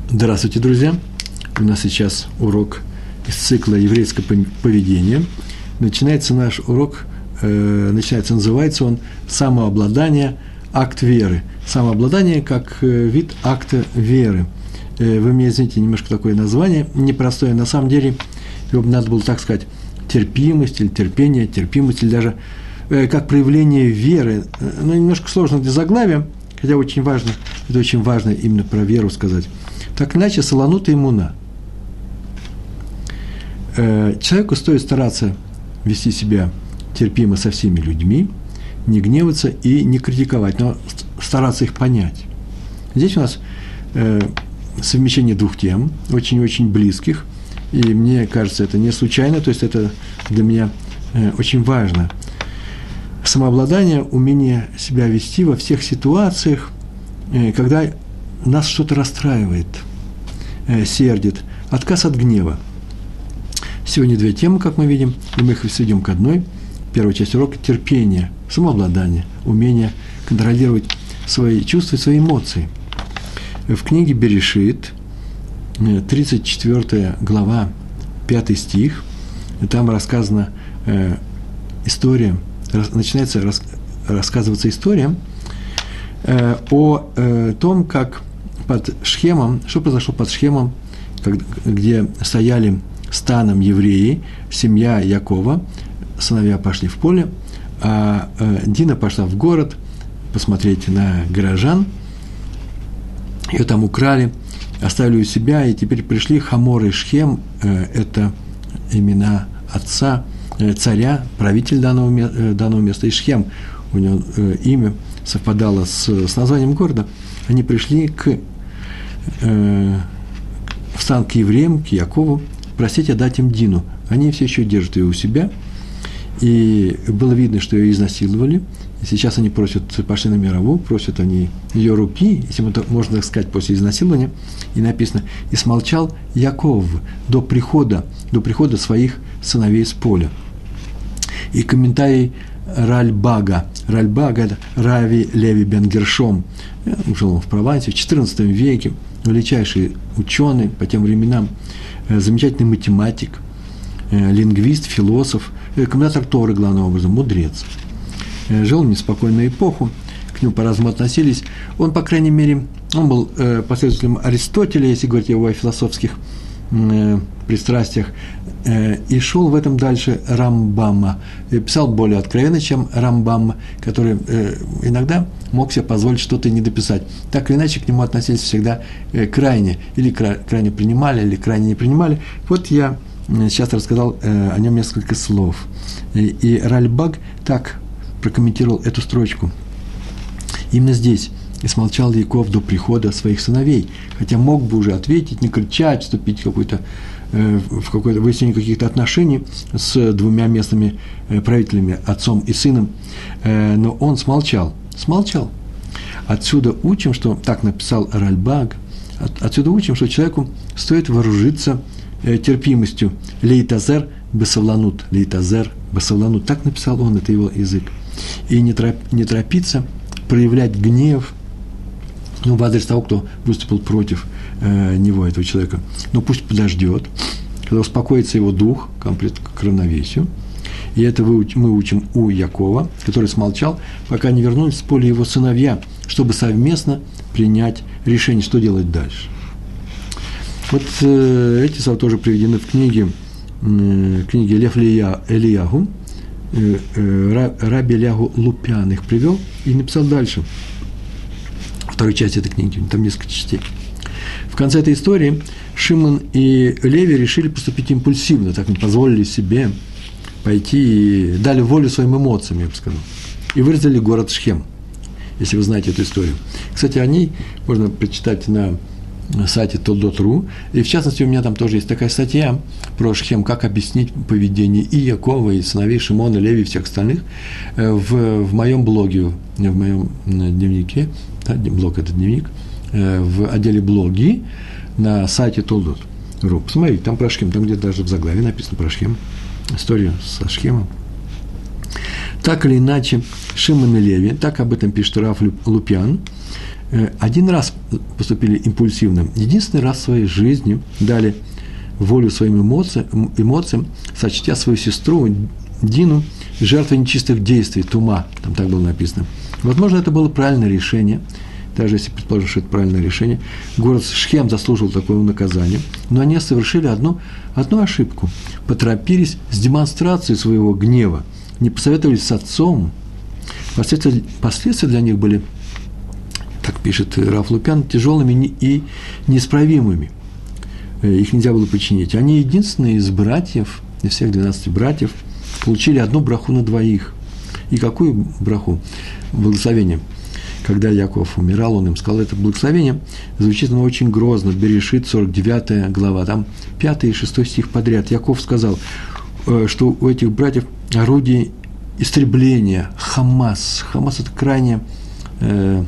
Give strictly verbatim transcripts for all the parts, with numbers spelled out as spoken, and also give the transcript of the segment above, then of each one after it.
Здравствуйте, друзья! У нас сейчас урок из цикла «Еврейское поведение». Начинается наш урок, э, начинается, называется он «Самообладание. Акт веры». Самообладание как э, вид акта веры. Э, вы мне извините, немножко такое название непростое. На самом деле, его бы надо было так сказать, терпимость или терпение, терпимость или даже э, как проявление веры. Ну, немножко сложно для заглавия, хотя очень важно, это очень важно именно про веру сказать. Так иначе, саланут и иммуна. Человеку стоит стараться вести себя терпимо со всеми людьми, не гневаться и не критиковать, но стараться их понять. Здесь у нас совмещение двух тем, очень-очень близких, и мне кажется, это не случайно, то есть это для меня очень важно. Самообладание, умение себя вести во всех ситуациях, когда нас что-то расстраивает, э, сердит, отказ от гнева. Сегодня две темы, как мы видим, и мы их сведем к одной. Первая часть урока – терпение, самообладание, умение контролировать свои чувства, свои эмоции. В книге Берешит, тридцать четвёртая глава, пятый стих, там рассказана э, история, рас, начинается рас, рассказываться история э, о э, том, как под Шхемом, что произошло под Шхемом, где стояли станом евреи, семья Якова, сыновья пошли в поле, а Дина пошла в город посмотреть на горожан, ее там украли, оставили у себя, и теперь пришли Хамор и Шхем, это имена отца, царя, правитель данного, данного места, и Шхем, у него имя совпадало с, с названием города, они пришли к в стан к евреям, к Якову, просить отдать им Дину. Они все еще держат ее у себя, и было видно, что ее изнасиловали. И сейчас они просят, пошли на мировую, просят они ее руки, если можно так сказать, после изнасилования. И написано: «И смолчал Яков до прихода, до прихода своих сыновей с поля». И комментарий Ральбага. Ральбага – это Рави Леви бен Гершом. Жил он в Провансе в четырнадцатом веке, величайший ученый по тем временам, замечательный математик, лингвист, философ, комментатор Торы, главным образом, мудрец. Жил в неспокойную эпоху, к нему по-разному относились. Он, по крайней мере, он был последователем Аристотеля, если говорить о его философских пристрастиях, и шел в этом дальше Рамбама. Писал более откровенно, чем Рамбам, который иногда мог себе позволить что-то не дописать. Так или иначе, к нему относились всегда крайне, или крайне принимали, или крайне не принимали. Вот я сейчас рассказал о нем несколько слов. И Ральбаг так прокомментировал эту строчку. Именно здесь: «И смолчал Яков до прихода своих сыновей», хотя мог бы уже ответить, не кричать, вступить в какой-то, в какое-то выяснение каких-то отношений с двумя местными правителями, отцом и сыном, но он смолчал, смолчал. Отсюда учим, что, так написал Ральбаг, отсюда учим, что человеку стоит вооружиться терпимостью. Лейтазер бесавланут, лейтазер бесавланут, так написал он, это его язык. И не, троп, не торопиться проявлять гнев, ну, в адрес того, кто выступил против э, него, этого человека. Но пусть подождет, когда успокоится его дух, комплект к равновесию. И это мы учим у Якова, который смолчал, пока не вернулись с поля его сыновья, чтобы совместно принять решение, что делать дальше. Вот э, эти слова тоже приведены в книге, э, книге Лев Элиягу, э, э, Раби Элиягу Лупян их привел и написал дальше. Второй части этой книги, там несколько частей. В конце этой истории Шимон и Леви решили поступить импульсивно, так им позволили себе пойти и дали волю своим эмоциям, я бы сказал, и вырезали город Шхем, если вы знаете эту историю. Кстати, о ней можно прочитать на сайте толдот точка ру, и в частности у меня там тоже есть такая статья про Шхем, как объяснить поведение и Якова, и сыновей Шимона, Леви, и всех остальных в, в моем блоге, в моем дневнике, да, блог – это дневник, в отделе блоги на сайте толдот точка ру. Посмотрите, там про Шхем, там где-то даже в заглаве написано про Шхем, история со Шхемом. Так или иначе, Шимон и Леви, так об этом пишет Рав Лупян, один раз поступили импульсивно, единственный раз в своей жизни дали волю своим эмоциям, эмоциям, сочтя свою сестру Дину жертвой нечистых действий, тума, там так было написано. Возможно, это было правильное решение, даже если предположим, что это правильное решение. Город Шхем заслужил такое наказание, но они совершили одну, одну ошибку. Поторопились с демонстрацией своего гнева, не посоветовались с отцом. Последствия, последствия для них были, так пишет Рав Лупян, тяжелыми и неисправимыми. Их нельзя было починить. Они единственные из братьев, из всех двенадцати братьев, получили одну браху на двоих. И какую браху? Благословение. Когда Яков умирал, он им сказал, это благословение звучит оно очень грозно. Берешит, сорок девятая глава, там пятый и шестой стих подряд. Яков сказал, что у этих братьев орудие истребления, Хамас. Хамас – это крайне э,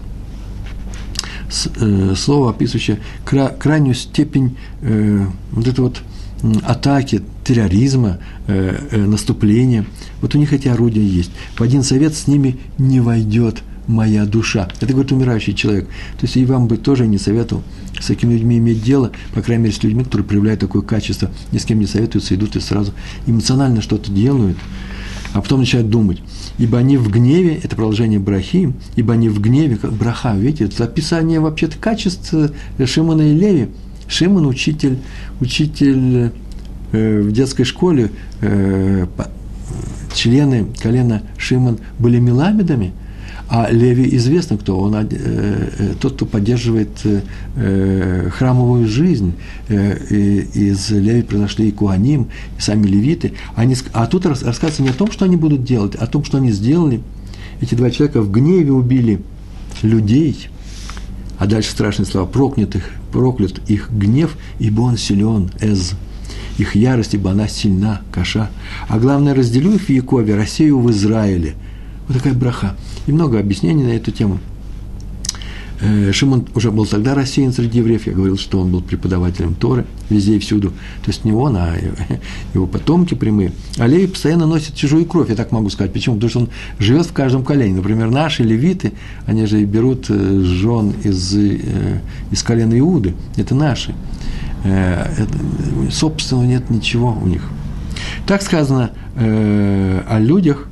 с, э, слово, описывающее кра, крайнюю степень э, вот этой вот атаки, терроризма, э, э, наступления. Вот у них эти орудия есть. В один совет с ними не войдет моя душа. Это говорит умирающий человек. То есть и вам бы тоже не советовал с такими людьми иметь дело, по крайней мере, с людьми, которые проявляют такое качество, ни с кем не советуются, идут и сразу эмоционально что-то делают, а потом начинают думать. Ибо они в гневе, это продолжение брахи, ибо они в гневе, как браха, видите, это описание вообще-то качеств Шимона и Леви. Шимон – учитель, учитель э, в детской школе, э, члены колена Шимон были меламедами, а Леви известно кто, он э, э, тот, кто поддерживает э, храмовую жизнь, э, и из Леви произошли и Куаним, и сами левиты, они, а тут рассказывается не о том, что они будут делать, а о том, что они сделали. Эти два человека в гневе убили людей, а дальше страшные слова, проклят их, проклят их гнев, ибо он силен, эз, их ярость, ибо она сильна, каша, а главное, разделю их в Якове, рассею в Израиле. Вот такая браха. И много объяснений на эту тему. Шимон уже был тогда рассеян среди евреев. Я говорил, что он был преподавателем Торы везде и всюду. То есть не он, а его потомки прямые. А Леви постоянно носит чужую кровь, я так могу сказать. Почему? Потому что он живет в каждом колене. Например, наши левиты, они же берут жен из, из колена Иуды. Это наши. Собственного нет ничего у них. Так сказано о людях.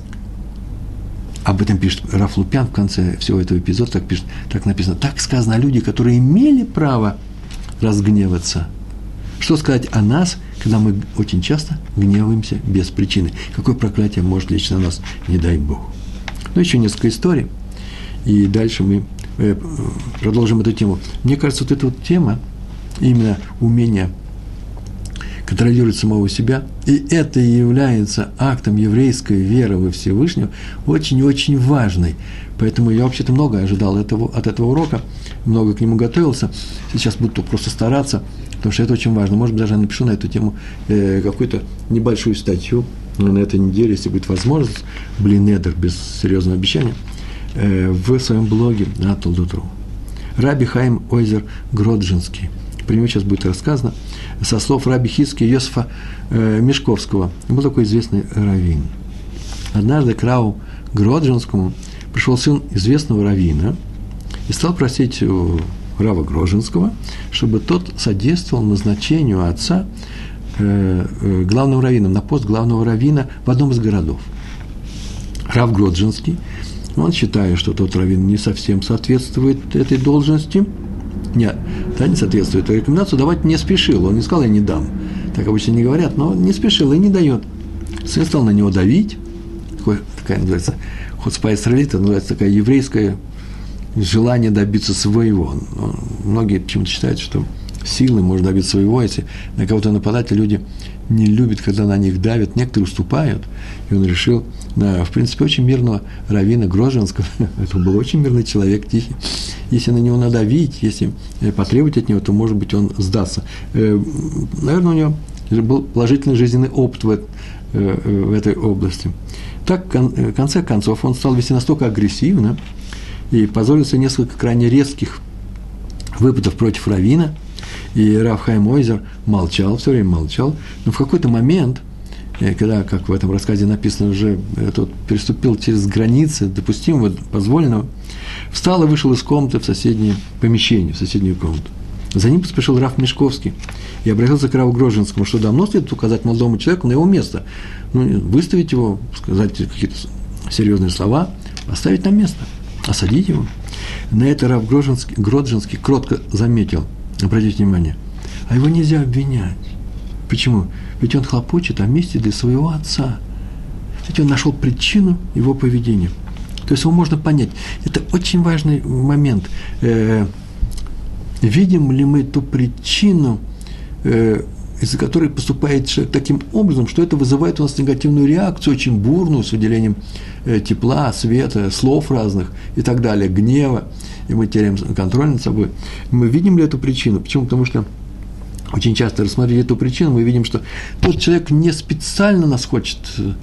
Об этом пишет Рав Лупян в конце всего этого эпизода, так, пишет, так написано, так сказано о людях, которые имели право разгневаться. Что сказать о нас, когда мы очень часто гневаемся без причины? Какое проклятие может лечь на нас, не дай Бог. Ну, еще несколько историй, и дальше мы э, продолжим эту тему. Мне кажется, вот эта вот тема, именно умение контролирует самого себя, и это является актом еврейской веры во Всевышнего, очень-очень важной. Поэтому я вообще-то много ожидал этого, от этого урока, много к нему готовился. Сейчас буду просто стараться, потому что это очень важно. Может быть, даже я напишу на эту тему э, какую-то небольшую статью на этой неделе, если будет возможность, блинедер, без серьезного обещания, э, в своем блоге на Толдот.ру. Раби Хаим Ойзер Гроджинский. Про него сейчас будет рассказано со слов раби Хиски Йосифа э, Мешковского. Он был такой известный раввин. Однажды к раву Гроджинскому пришел сын известного раввина и стал просить у рава Гроджинского, чтобы тот содействовал назначению отца э, э, главным раввином, на пост главного раввина в одном из городов. Рав Гроджинский, он считает, что тот раввин не совсем соответствует этой должности. Нет, да, не соответствует. Рекомендацию давать не спешил. Он не сказал, я не дам. Так обычно не говорят, но не спешил и не дает. Сын стал на него давить. Такое, такая называется, хуцпа исраэлита, называется такое еврейское желание добиться своего. Но многие почему-то считают, что силой можно добиться своего. Если на кого-то нападать, люди не любят, когда на них давят. Некоторые уступают. И он решил, на, в принципе, очень мирного раввина Гроджинского, это был очень мирный человек, тихий, если на него надавить, если потребовать от него, то, может быть, он сдастся. Наверное, у него был положительный жизненный опыт в, в этой области. Так, в конце концов, он стал вести настолько агрессивно и позволил себе несколько крайне резких выпадов против раввина, и Рав Хаим Ойзер молчал, все время молчал, но в какой-то момент, когда, как в этом рассказе написано, уже тот переступил через границы допустимого, позволенного, Встал и вышел из комнаты в соседнее помещение, в соседнюю комнату. За ним поспешил Рав Мешковский и обратился к Раву Грозжинскому, что давно следует указать молодому человеку на его место, ну, выставить его, сказать какие-то серьезные слова, поставить на место, осадить его. На это Рав Грозжинский, Грозжинский кротко заметил, обратите внимание, а его нельзя обвинять. Почему? Ведь он хлопочет о месте для своего отца. Ведь он нашел причину его поведения. То есть его можно понять. Это очень важный момент. Видим ли мы ту причину, из-за которой поступает человек таким образом, что это вызывает у нас негативную реакцию, очень бурную, с выделением тепла, света, слов разных и так далее, гнева, и мы теряем контроль над собой. Мы видим ли эту причину? Почему? Потому что очень часто, рассмотрев эту причину, мы видим, что тот человек не специально нас хочет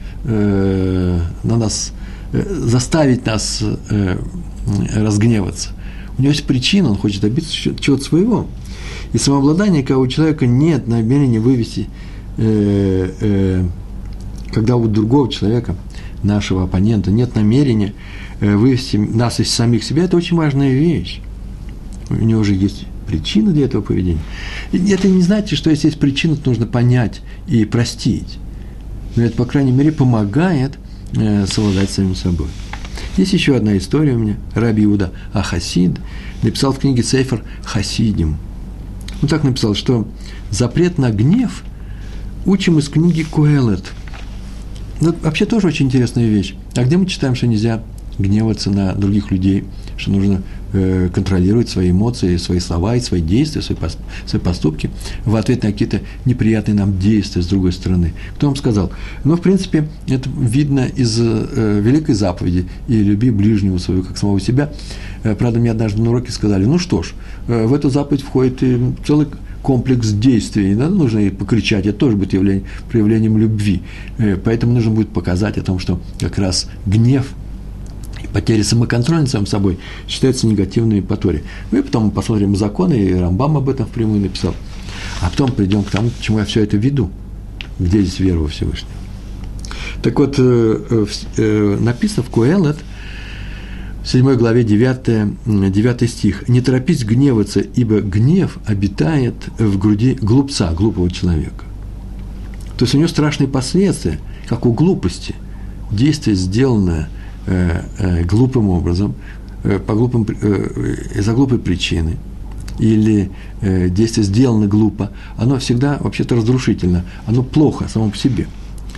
э, на нас, э, заставить нас э, разгневаться. У него есть причина, он хочет добиться чего-то своего. И самообладание, когда у человека нет намерения вывести, э, э, когда у другого человека, нашего оппонента, нет намерения э, вывести нас из самих себя, это очень важная вещь. У него же есть причина для этого поведения. И это не значит, что если есть причина, то нужно понять и простить. Но это, по крайней мере, помогает э, совладать с самим собой. Есть еще одна история у меня. Раби Иуда а-Хасид написал в книге Сейфер Хасидим. Он так написал, что запрет на гнев учим из книги Коэлет. Ну, вообще тоже очень интересная вещь. А где мы читаем, что нельзя гневаться на других людей, что нужно э, контролировать свои эмоции, свои слова и свои действия, свои, пос, свои поступки в ответ на какие-то неприятные нам действия с другой стороны. Кто вам сказал? Ну, в принципе, это видно из э, великой заповеди «И люби ближнего своего, как самого себя». Э, правда, мне однажды на уроке сказали, ну что ж, э, в эту заповедь входит и целый комплекс действий, не нужно и покричать, это тоже будет явление, проявлением любви. Э, поэтому нужно будет показать о том, что как раз гнев и потеря самоконтроля над самим собой считаются негативными по Торе. Ну и потом мы посмотрим законы, и Рамбам об этом впрямую написал. А потом придем к тому, к чему я все это веду. Где здесь вера во Всевышнего? Так вот, написано в Коэлет, в седьмой главе девятый стих. «Не торопись гневаться, ибо гнев обитает в груди глупца, глупого человека». То есть у него страшные последствия, как у глупости. Действие, сделанное Э, э, глупым образом, э, по глупым, э, из-за глупой причины, или э, действие сделано глупо, оно всегда вообще-то разрушительно, оно плохо само по себе.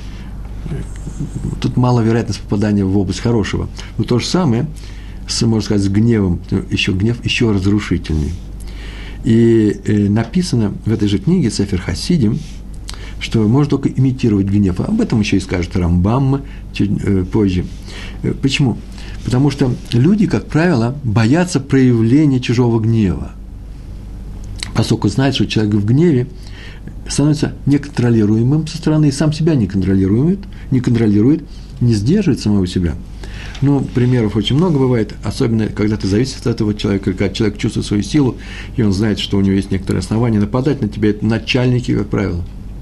Тут мало вероятность попадания в область хорошего. Но то же самое, с, можно сказать, с гневом, еще гнев еще разрушительней. И э, написано в этой же книге Сефер Хасидим, что можно только имитировать гнев. Об этом еще и скажет Рамбам чуть э, позже. Почему? Потому что люди, как правило, боятся проявления чужого гнева. Поскольку знают, что человек в гневе становится неконтролируемым со стороны, и сам себя не контролирует, не контролирует, не сдерживает самого себя. Ну, примеров очень много бывает, особенно когда ты зависишь от этого человека, когда человек чувствует свою силу, и он знает, что у него есть некоторые основания нападать на тебя. Это начальники, как правило.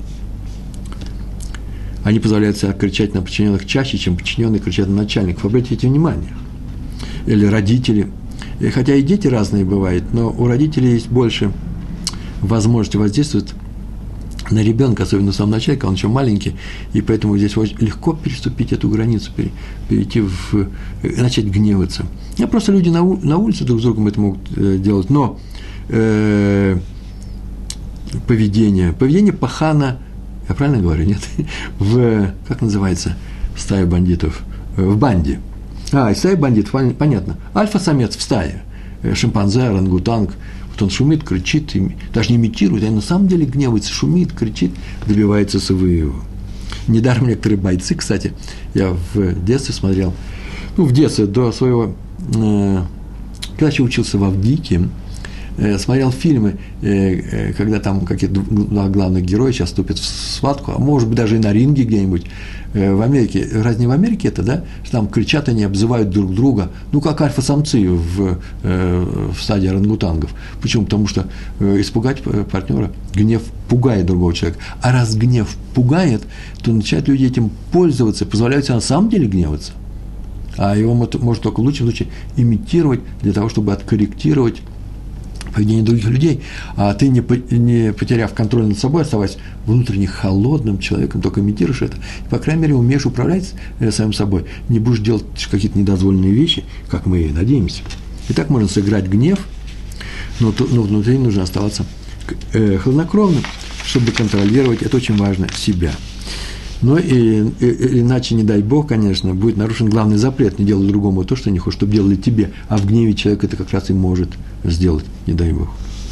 Они позволяют себе кричать на подчиненных чаще, чем подчиненные кричат на начальников. Обратите внимание. Или родители. И хотя и дети разные бывают, но у родителей есть больше возможности воздействовать на ребенка, особенно в самом начале, когда он еще маленький, и поэтому здесь очень легко переступить эту границу, перейти в... начать гневаться. А просто люди на, у, на улице друг с другом это могут э, делать, но э, поведение, поведение пахана, я правильно говорю, нет? В, как называется, стая бандитов? В банде. А, и стая бандитов, понятно. Альфа-самец в стае. Шимпанзе, орангутанг. Вот он шумит, кричит, даже не имитирует, а на самом деле гневается, шумит, кричит, добивается своего. Недаром некоторые бойцы, кстати, я в детстве смотрел, ну, в детстве, до своего, э, когда еще учился в Авдике, смотрел фильмы, когда там какие-то два главных героя сейчас вступят в схватку, а может быть, даже и на ринге где-нибудь в Америке. Разве не в Америке это, да? Что там кричат они, обзывают друг друга, ну, как альфа-самцы в, в стадии орангутангов. Почему? Потому что испугать партнера, гнев пугает другого человека. А раз гнев пугает, то начинают люди этим пользоваться, позволяют себе на самом деле гневаться. а его может только в лучшем случае имитировать для того, чтобы откорректировать поведение других людей, а ты, не, не потеряв контроль над собой, оставаясь внутренне холодным человеком, только имитируешь это, и, по крайней мере, умеешь управлять самим собой, не будешь делать какие-то недозволенные вещи, как мы и надеемся. И так можно сыграть гнев, но, но внутри нужно оставаться э, хладнокровным, чтобы контролировать, это очень важно, себя. Но и, и, иначе, не дай Бог, конечно, будет нарушен главный запрет, не делать другому то, что не хочешь, чтобы делали тебе, а в гневе человек это как раз и может сделать, не дай Бог.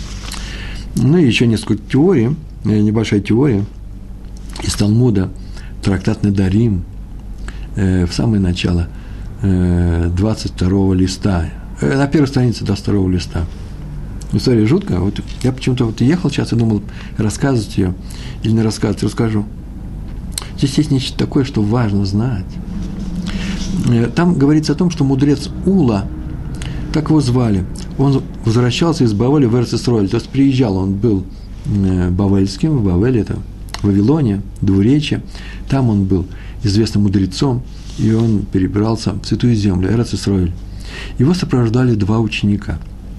Ну и еще несколько теорий, небольшая теория из Талмуда, трактат Недарим, э, в самое начало э, двадцать второго листа, э, на первой странице двадцать второго листа. История жуткая, вот я почему-то вот ехал сейчас и думал, рассказывать ее или не рассказывать, расскажу. Здесь есть нечто такое, что важно знать. Там говорится о том, что мудрец Ула, так его звали, он возвращался из Бавеля в Эрец-Исроэль, то есть приезжал, он был бавельским, в Бавеле, это в Вавилоне, двуречье, там он был известным мудрецом, и он перебирался в Святую Землю, Эрец-Исроэль. Его сопровождали два ученика.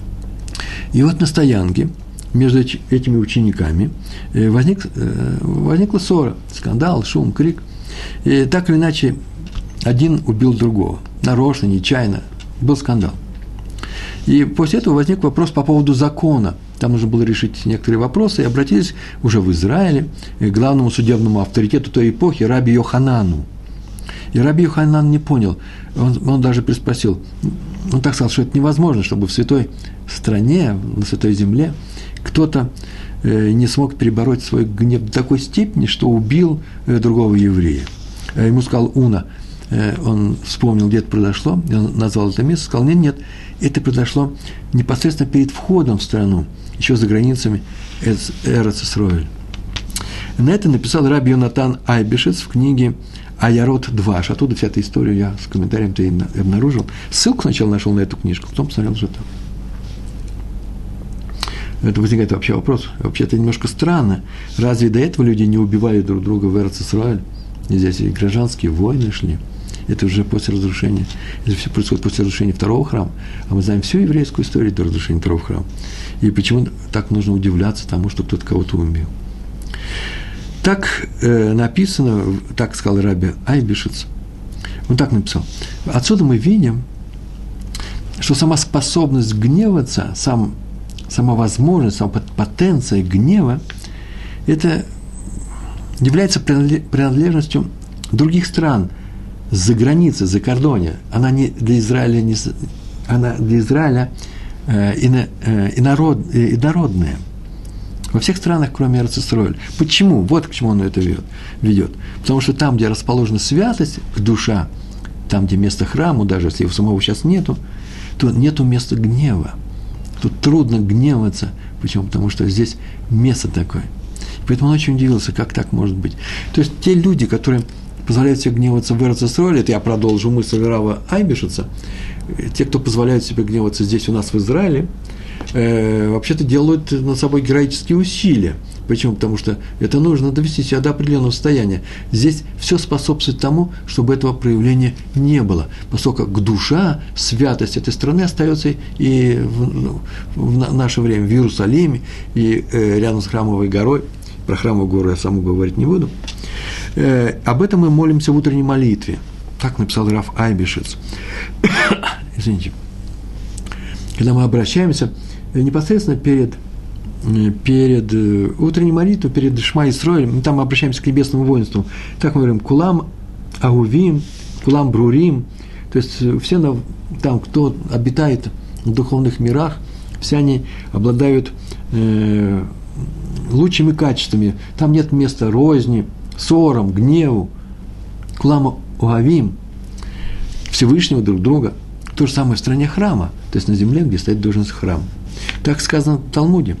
И вот на стоянке между этими учениками возник, возникла ссора, скандал, шум, крик. И так или иначе, один убил другого. Нарочно, нечаянно. Был скандал. И после этого возник вопрос по поводу закона. Там нужно было решить некоторые вопросы. И обратились уже в Израиле к главному судебному авторитету той эпохи, Раби Йоханану. И Раби Йоханан не понял. Он, он даже приспросил. Он так сказал, что это невозможно, чтобы в святой стране, на святой земле кто-то э, не смог перебороть свой гнев до такой степени, что убил э, другого еврея. Э, ему сказал Уна, э, он вспомнил, где это произошло, он назвал это место, сказал, нет, нет, это произошло непосредственно перед входом в страну, еще за границами Эрец-Исроэль. На это написал Раби Йонатан Айбишец в книге «Аярот Дваш». Оттуда вся эта история я с комментарием-то и обнаружил. Ссылку сначала нашел на эту книжку, потом посмотрел, что там. Это возникает вообще вопрос. Вообще это немножко странно. Разве до этого люди не убивали друг друга в Эрец-Исроэль? Здесь и гражданские войны шли. Это уже после разрушения. Это все происходит после разрушения второго храма. А мы знаем всю еврейскую историю до разрушения второго храма. И почему так нужно удивляться тому, что кто-то кого-то убил? Так э, написано, так сказал Раби Айбишец, он так написал. Отсюда мы видим, что сама способность гневаться, сам сама возможность, сама потенция гнева, это является принадлежностью других стран, за границей, за кордоне. Она не для Израиля, не, она для Израиля э, ино, э, инород, э, инородная. Во всех странах, кроме Эрец-Исроэль. Почему? Вот к чему он это ведет. Потому что там, где расположена святость, душа, там, где место храму, даже если его самого сейчас нету, то нету места гнева. Тут трудно гневаться. Почему? Потому что здесь место такое. Поэтому он очень удивился, как так может быть. То есть, те люди, которые позволяют себе гневаться в Эрец-Исроэль, это я продолжу мысль Рава Айбишеца, те, кто позволяют себе гневаться здесь у нас в Израиле, э, вообще-то делают над собой героические усилия. Почему? Потому что это нужно довести себя до определенного состояния. Здесь все способствует тому, чтобы этого проявления не было, поскольку душа, святость этой страны остается и в, ну, в наше время в Иерусалиме, и э, рядом с Храмовой горой. Про Храмовую гору я саму говорить не буду. Э, об этом мы молимся в утренней молитве. Так написал Рав Айбишец. Извините. Когда мы обращаемся непосредственно перед перед утренней молитвой, перед Шма Исроэль, мы там обращаемся к небесному воинству. Так мы говорим, кулам агувим, кулам брурим, то есть все там, кто обитает в духовных мирах, все они обладают э, лучшими качествами. Там нет места розни, ссорам, гневу. Кулам агувим, Всевышнего друг друга. То же самое в стране храма, то есть на земле, где стоит должность храма. Так сказано в Талмуде.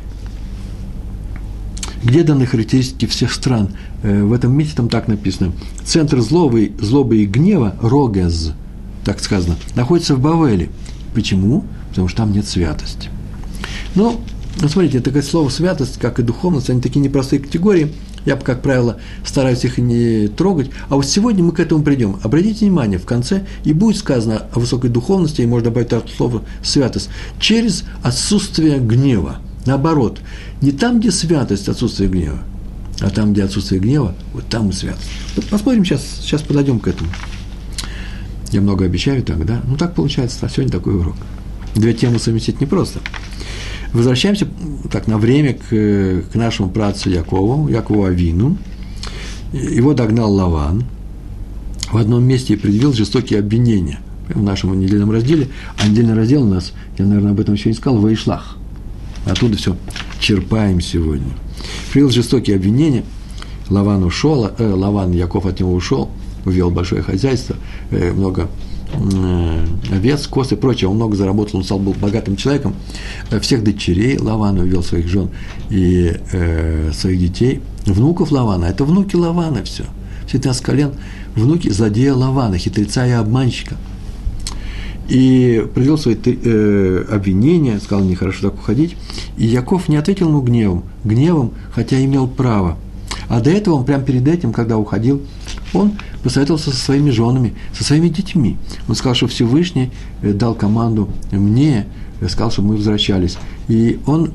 Где даны характеристики всех стран? В этом месте там так написано. Центр злобы, злобы и гнева, рогез, так сказано, находится в Бавеле. Почему? Потому что там нет святости. Ну, смотрите, такое слово святость, как и духовность, они такие непростые категории. Я, как правило, стараюсь их не трогать. А вот сегодня мы к этому придем. Обратите внимание, в конце и будет сказано о высокой духовности, и можно добавить от слова «святость», через отсутствие гнева. Наоборот, не там, где святость, отсутствие гнева, а там, где отсутствие гнева, вот там и святость. Вот посмотрим, сейчас, сейчас подойдем к этому. Я много обещаю так, да? Ну, так получается, а сегодня такой урок. Две темы совместить непросто. Возвращаемся так на время к, к нашему працу Якову, Якову Авину. Его догнал Лаван. В одном месте и предъявил жестокие обвинения. В нашем недельном разделе. А недельный раздел у нас, я, наверное, об этом еще не сказал, Ваишлах. Оттуда все черпаем сегодня. Предъявил жестокие обвинения. Лаван ушел, э, Лаван, Яков от него ушел, увел большое хозяйство, э, много овец, коз и прочее, он много заработал, он стал был богатым человеком, всех дочерей Лавана увел, своих жен и э, своих детей, внуков Лавана, это внуки Лавана все, все тринадцать колен, внуки злодея Лавана, хитреца и обманщика. И привел свои э, обвинения, сказал, нехорошо так уходить, и Яков не ответил ему гневом, гневом, хотя имел право. А до этого он прямо перед этим, когда уходил, он посоветовался со своими женами, со своими детьми. Он сказал, что Всевышний дал команду мне, сказал, чтобы мы возвращались. И он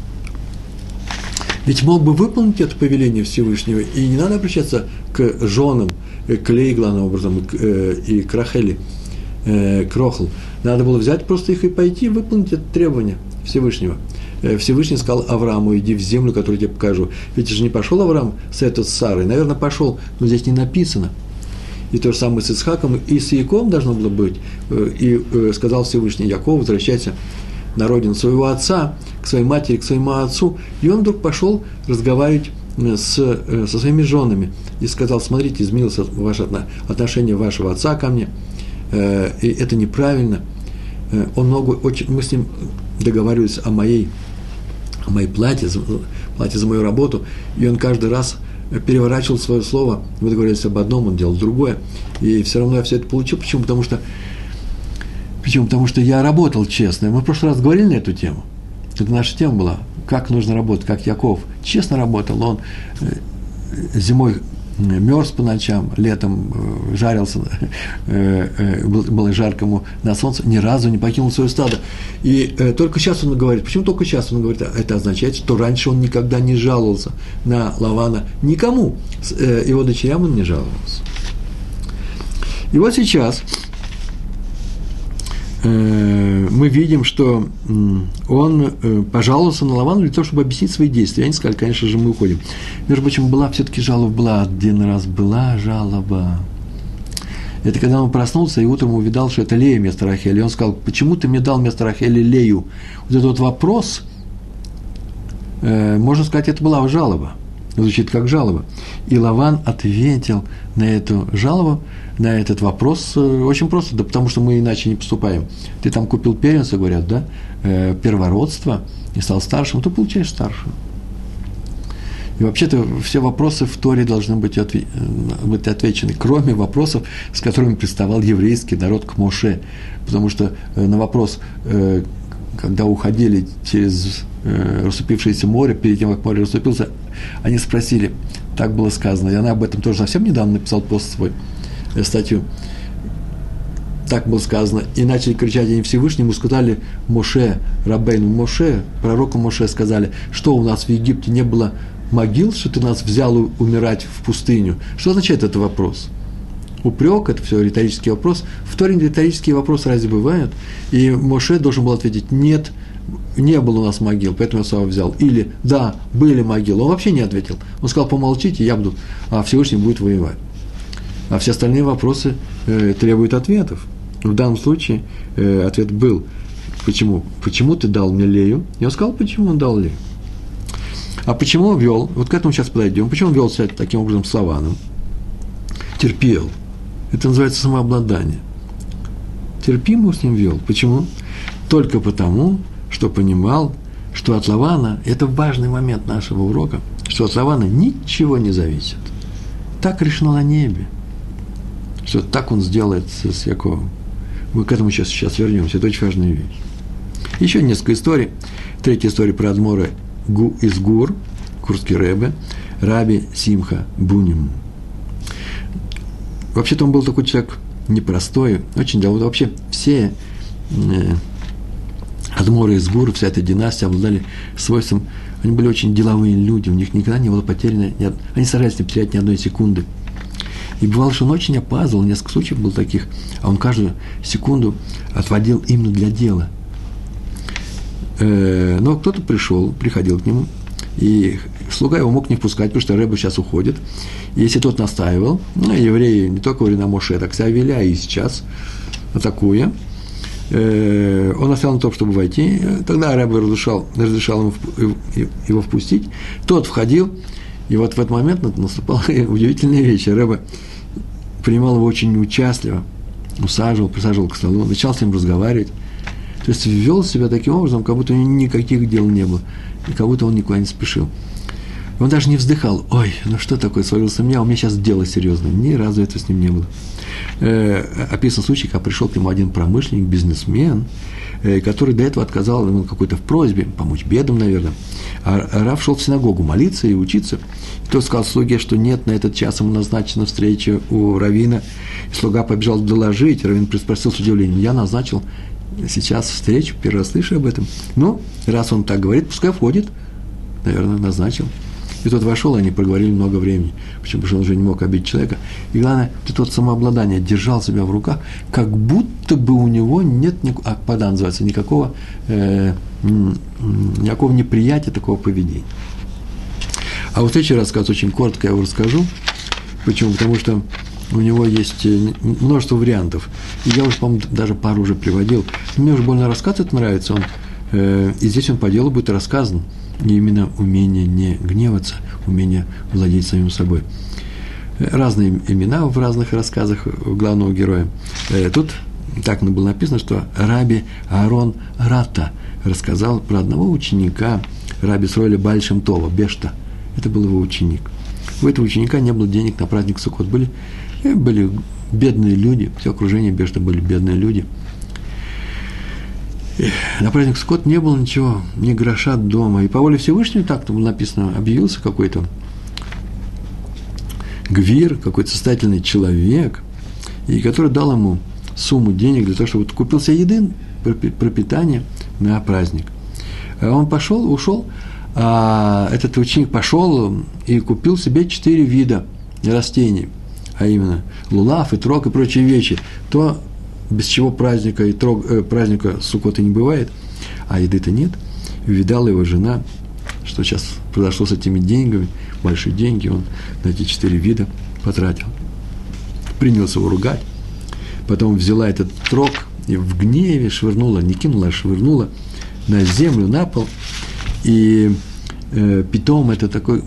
ведь мог бы выполнить это повеление Всевышнего, и не надо обращаться к женам, к Лее, главным образом, и к Рахели, к Рохл. Надо было взять просто их и пойти выполнить это требование Всевышнего. Всевышний сказал Аврааму, иди в землю, которую я тебе покажу. Ведь же не пошел Авраам с этой с Сарой, наверное, пошел, но здесь не написано. И то же самое с Ицхаком, и с Яковом должно было быть. И сказал Всевышний Якову, возвращайся на родину своего отца, к своей матери, к своему отцу. И он вдруг пошел разговаривать с, со своими женами и сказал, смотрите, изменилось ваше отношение вашего отца ко мне, и это неправильно. Он много, очень, мы с ним договаривались о моей, о моей плате, плате за мою работу, и он каждый раз переворачивал свое слово, мы договорились об одном, он делал другое, и все равно я все это получил. Почему? Потому что, почему? Потому что я работал честно. Мы в прошлый раз говорили на эту тему. Это наша тема была, как нужно работать, как Яков честно работал. Он зимой мерз по ночам, летом жарился, было жарко ему на солнце, ни разу не покинул свое стадо. И только сейчас он говорит, почему только сейчас он говорит, это означает, что раньше он никогда не жаловался на Лавана никому, его дочерям он не жаловался. И вот сейчас мы видим, что он пожаловался на Лавана для того, чтобы объяснить свои действия. Они сказали, конечно же, мы уходим. Между прочим, была все-таки жалоба, была один раз, была жалоба. Это когда он проснулся и утром увидал, что это Лея вместо Рахели. И он сказал, почему ты мне дал вместо Рахели Лею? Вот этот вот вопрос, можно сказать, это была жалоба. Звучит как жалоба. И Лаван ответил на эту жалобу, на этот вопрос очень просто, да потому что мы иначе не поступаем. Ты там купил первенство, говорят, да, э, первородство, и стал старшим, то получаешь старшим. И вообще-то все вопросы в Торе должны быть, отве- быть отвечены, кроме вопросов, с которыми приставал еврейский народ к Моше. Потому что э, на вопрос, э, когда уходили через э, расступившееся море, перед тем, как море расступился, они спросили, так было сказано, и она об этом тоже совсем недавно написал пост свой, э, статью, так было сказано, и начали кричать они Всевышнему, сказали Моше, Рабейну Моше, пророку Моше сказали, что у нас в Египте не было могил, что ты нас взял умирать в пустыню. Что означает этот вопрос? Упрек, это все риторический вопрос. В Торе риторические вопросы разве бывают? И Моше должен был ответить, нет, не было у нас могил, поэтому я с собой взял. Или, да, были могилы. Он вообще не ответил. Он сказал, помолчите, я буду, а Всевышний будет воевать. А все остальные вопросы э, требуют ответов. В данном случае э, ответ был, почему? Почему ты дал мне Лею? Я сказал, почему он дал Лею. А почему он вел? Вот к этому сейчас подойдем. Почему он вел себя таким образом с Лаваном? Терпел. Это называется самообладание. Терпимо с ним вел. Почему? Только потому, что понимал, что от Лавана, это важный момент нашего урока, что от Лавана ничего не зависит. Так решено на небе. Что так он сделает с, с Яковом. Мы к этому сейчас, сейчас вернемся. Это очень важная вещь. Еще несколько историй. Третья история про Адмора Гу из Гур, Курский Ребе. Раби Симха Буним. Вообще-то он был такой человек непростой, очень деловой. Вообще все э, адморы из Гур, вся эта династия обладали свойством, они были очень деловые люди, у них никогда не было потеряно, ни, они старались не потерять ни одной секунды. И бывало, что он очень опаздывал, несколько случаев было таких, а он каждую секунду отводил именно для дела. Э, но кто-то пришел, приходил к нему, и слуга его мог не впускать, потому что Ребе сейчас уходит. И если тот настаивал, ну, евреи не только во времена Моше, так себя вели, а и сейчас, атакуя, э, он оставил на том, чтобы войти. Тогда Ребе разрешал, разрешал ему его впустить. Тот входил, и вот в этот момент наступала удивительная вещь. Ребе принимал его очень участливо, усаживал, присаживал к столу, начал с ним разговаривать. То есть вел себя таким образом, как будто у него никаких дел не было, и как будто он никуда не спешил. Он даже не вздыхал: ой, ну что такое, свалился меня, у меня сейчас дело серьезное. Ни разу этого с ним не было. Э, описан случай, когда пришел к нему один промышленник, бизнесмен, э, который до этого отказал ему какой-то в просьбе, помочь бедам, наверное. А Рав шел в синагогу молиться и учиться. И тот сказал слуге, что нет, на этот час ему назначена встреча у раввина. И слуга побежал доложить. Раввин спросил с удивлением: я назначил сейчас встречу, первый раз слышу об этом. Ну, раз он так говорит, пускай входит. Наверное, назначил. И тот вошел, и они проговорили много времени. Почему? Потому что он уже не мог обидеть человека. И главное, это вот самообладание, держал себя в руках, как будто бы у него нет, никакого, акпада называется, никакого, э, никакого неприятия такого поведения. А вот следующий рассказ, очень коротко я его расскажу. Почему? Потому что у него есть множество вариантов. И я уже, по-моему, даже пару уже приводил. Мне уже больно рассказ это нравится. Он, э, и здесь он по делу будет рассказан. И именно умение не гневаться, умение владеть самим собой. Разные имена в разных рассказах главного героя. Э, тут так было написано, что Раби Аарон Рата рассказал про одного ученика Раби Исроэля Бааль Шем Това, Бешта. Это был его ученик. У этого ученика не было денег на праздник Суккот. Были, были бедные люди, все окружение Бешта были бедные люди. На праздник Суккот не было ничего, ни гроша дома. И по воле Всевышнего, так-то было написано, объявился какой-то гвир, какой-то состоятельный человек, и который дал ему сумму денег для того, чтобы купил себе еды, пропитание на праздник. Он пошел, ушел, а этот ученик пошел и купил себе четыре вида растений, а именно лулав, итрог и прочие вещи. То, без чего праздника, и трог, э, праздника Суккота не бывает, а еды-то нет. Видала его жена, что сейчас произошло с этими деньгами, большие деньги он на эти четыре вида потратил. Принялся его ругать, потом взяла этот трог и в гневе швырнула, не кинула, а швырнула на землю, на пол. И э, питом это такой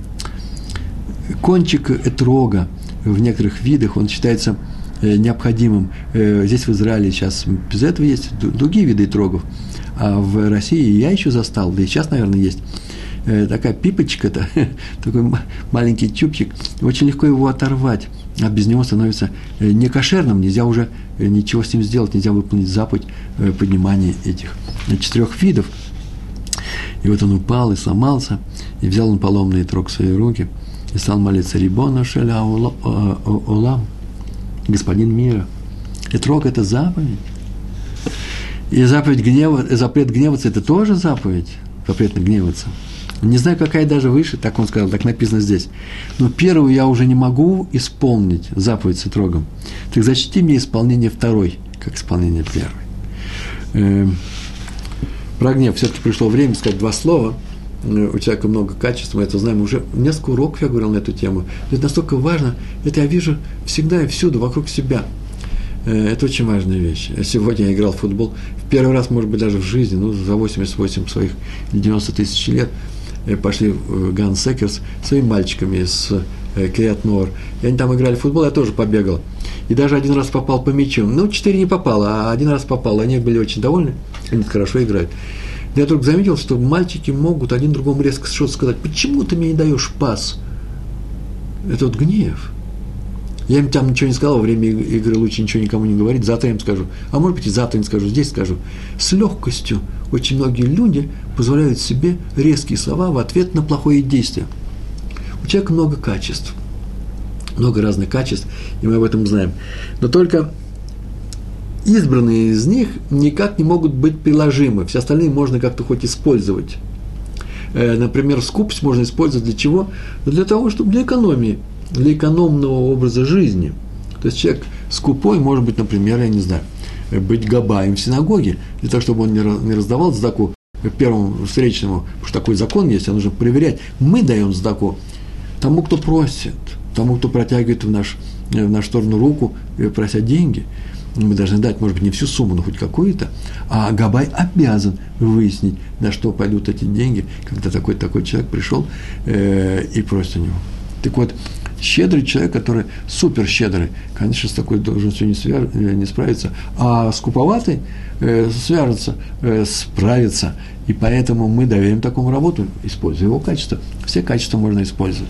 кончик этрога в некоторых видах, он считается необходимым. Здесь в Израиле сейчас без этого есть другие виды трогов, а в России я еще застал, да и сейчас, наверное, есть такая пипочка-то, такой маленький чубчик, очень легко его оторвать, а без него становится некошерным, нельзя уже ничего с ним сделать, нельзя выполнить заповедь поднимания этих четырех видов. И вот он упал и сломался, и взял он поломный трог в свои руки, и стал молиться: «Рибона шеля олам», господин мира. Этрог – это заповедь. И заповедь гнева, запрет гневаться – это тоже заповедь. Запрет гневаться. Не знаю, какая даже выше, так он сказал, так написано здесь. Но первую я уже не могу исполнить, заповедь с этрогом. Так зачти мне исполнение второй, как исполнение первой. Э, про гнев все-таки пришло время сказать два слова. У человека много качеств, мы это знаем. Уже несколько уроков я говорил на эту тему. Это настолько важно, это я вижу всегда и всюду, вокруг себя. Это очень важная вещь. Сегодня я играл в футбол. В первый раз, может быть, даже в жизни, ну, за восемьдесят восемь своих или девяносто тысяч лет, пошли в Ган Секерс своими мальчиками из Криат Ноор. И они там играли в футбол, я тоже побегал. И даже один раз попал по мячу. Ну, четыре не попало, а один раз попал. Они были очень довольны, они хорошо играют. Я только заметил, что мальчики могут один другому резко что-то сказать. Почему ты мне не даешь пас? Это вот гнев. Я им там ничего не сказал, во время игры лучше ничего никому не говорить. Завтра я им скажу. А может быть, и завтра не скажу, здесь скажу. С легкостью очень многие люди позволяют себе резкие слова в ответ на плохое действие. У человека много качеств, много разных качеств, и мы об этом знаем. Но только избранные из них никак не могут быть приложимы. Все остальные можно как-то хоть использовать. Например, скупость можно использовать для чего? Для того, чтобы для экономии, для экономного образа жизни. То есть человек скупой может быть, например, я не знаю, быть габаем в синагоге, для того, чтобы он не раздавал цдаку первому встречному, потому что такой закон есть, а нужно проверять. Мы даем цдаку тому, кто просит, тому, кто протягивает в, наш, в нашу сторону руку, прося деньги. Мы должны дать, может быть, не всю сумму, но хоть какую-то, а габай обязан выяснить, на что пойдут эти деньги, когда такой такой человек пришел э, и просит у него. Так вот, щедрый человек, который супер щедрый, конечно, с такой должностью не, свяж... не справится, а скуповатый э, свяжется, э, справится, и поэтому мы доверим такому работу, используя его качества. Все качества можно использовать.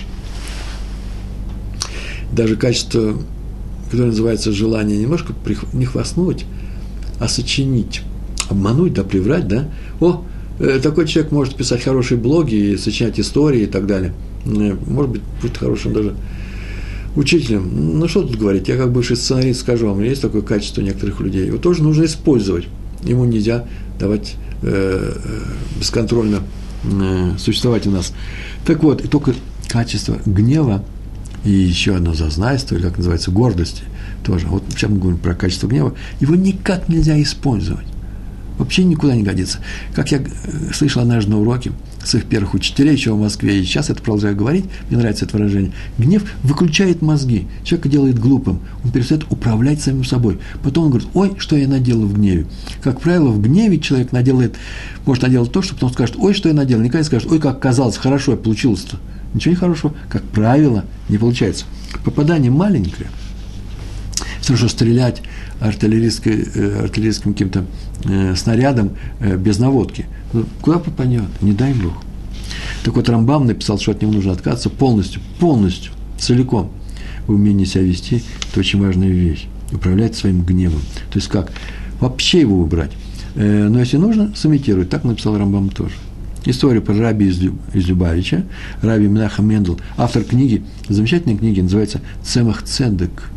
Даже качество, которое называется желание немножко не хвастнуть, а сочинить, обмануть, да, приврать, да. О, такой человек может писать хорошие блоги, сочинять истории и так далее. Может быть, будет хорошим даже учителем. Ну, что тут говорить, я как бывший сценарист скажу вам, есть такое качество некоторых людей. Его тоже нужно использовать. Ему нельзя давать э, бесконтрольно э, существовать у нас. Так вот, и только качество гнева, и еще одно зазнайство, или как называется, гордости, тоже. Вот сейчас мы говорим про качество гнева. Его никак нельзя использовать. Вообще никуда не годится. Как я слышал однажды на уроке своих первых учителей еще в Москве, и сейчас это продолжаю говорить, мне нравится это выражение, гнев выключает мозги, человека делает глупым, он перестает управлять самим собой. Потом он говорит, ой, что я наделал в гневе. Как правило, в гневе человек наделает, может наделать то, что потом скажет, ой, что я наделал. Никогда не скажет, ой, как казалось, хорошо, я получилось-то. Ничего не хорошего, как правило, не получается. Попадание маленькое. Все равно, что стрелять артиллерийской, э, артиллерийским каким-то э, снарядом э, без наводки. Ну, куда попадет? Не дай Бог. Так вот, Рамбам написал, что от него нужно отказаться полностью, полностью, целиком. Умение себя вести – это очень важная вещь. Управлять своим гневом. То есть, как? Вообще его убрать. Э, но если нужно, сымитировать. Так написал Рамбам тоже. История про раби из, из Любавича, раби Менахем Мендел, автор книги, замечательной книги, называется «Цемах Цедек».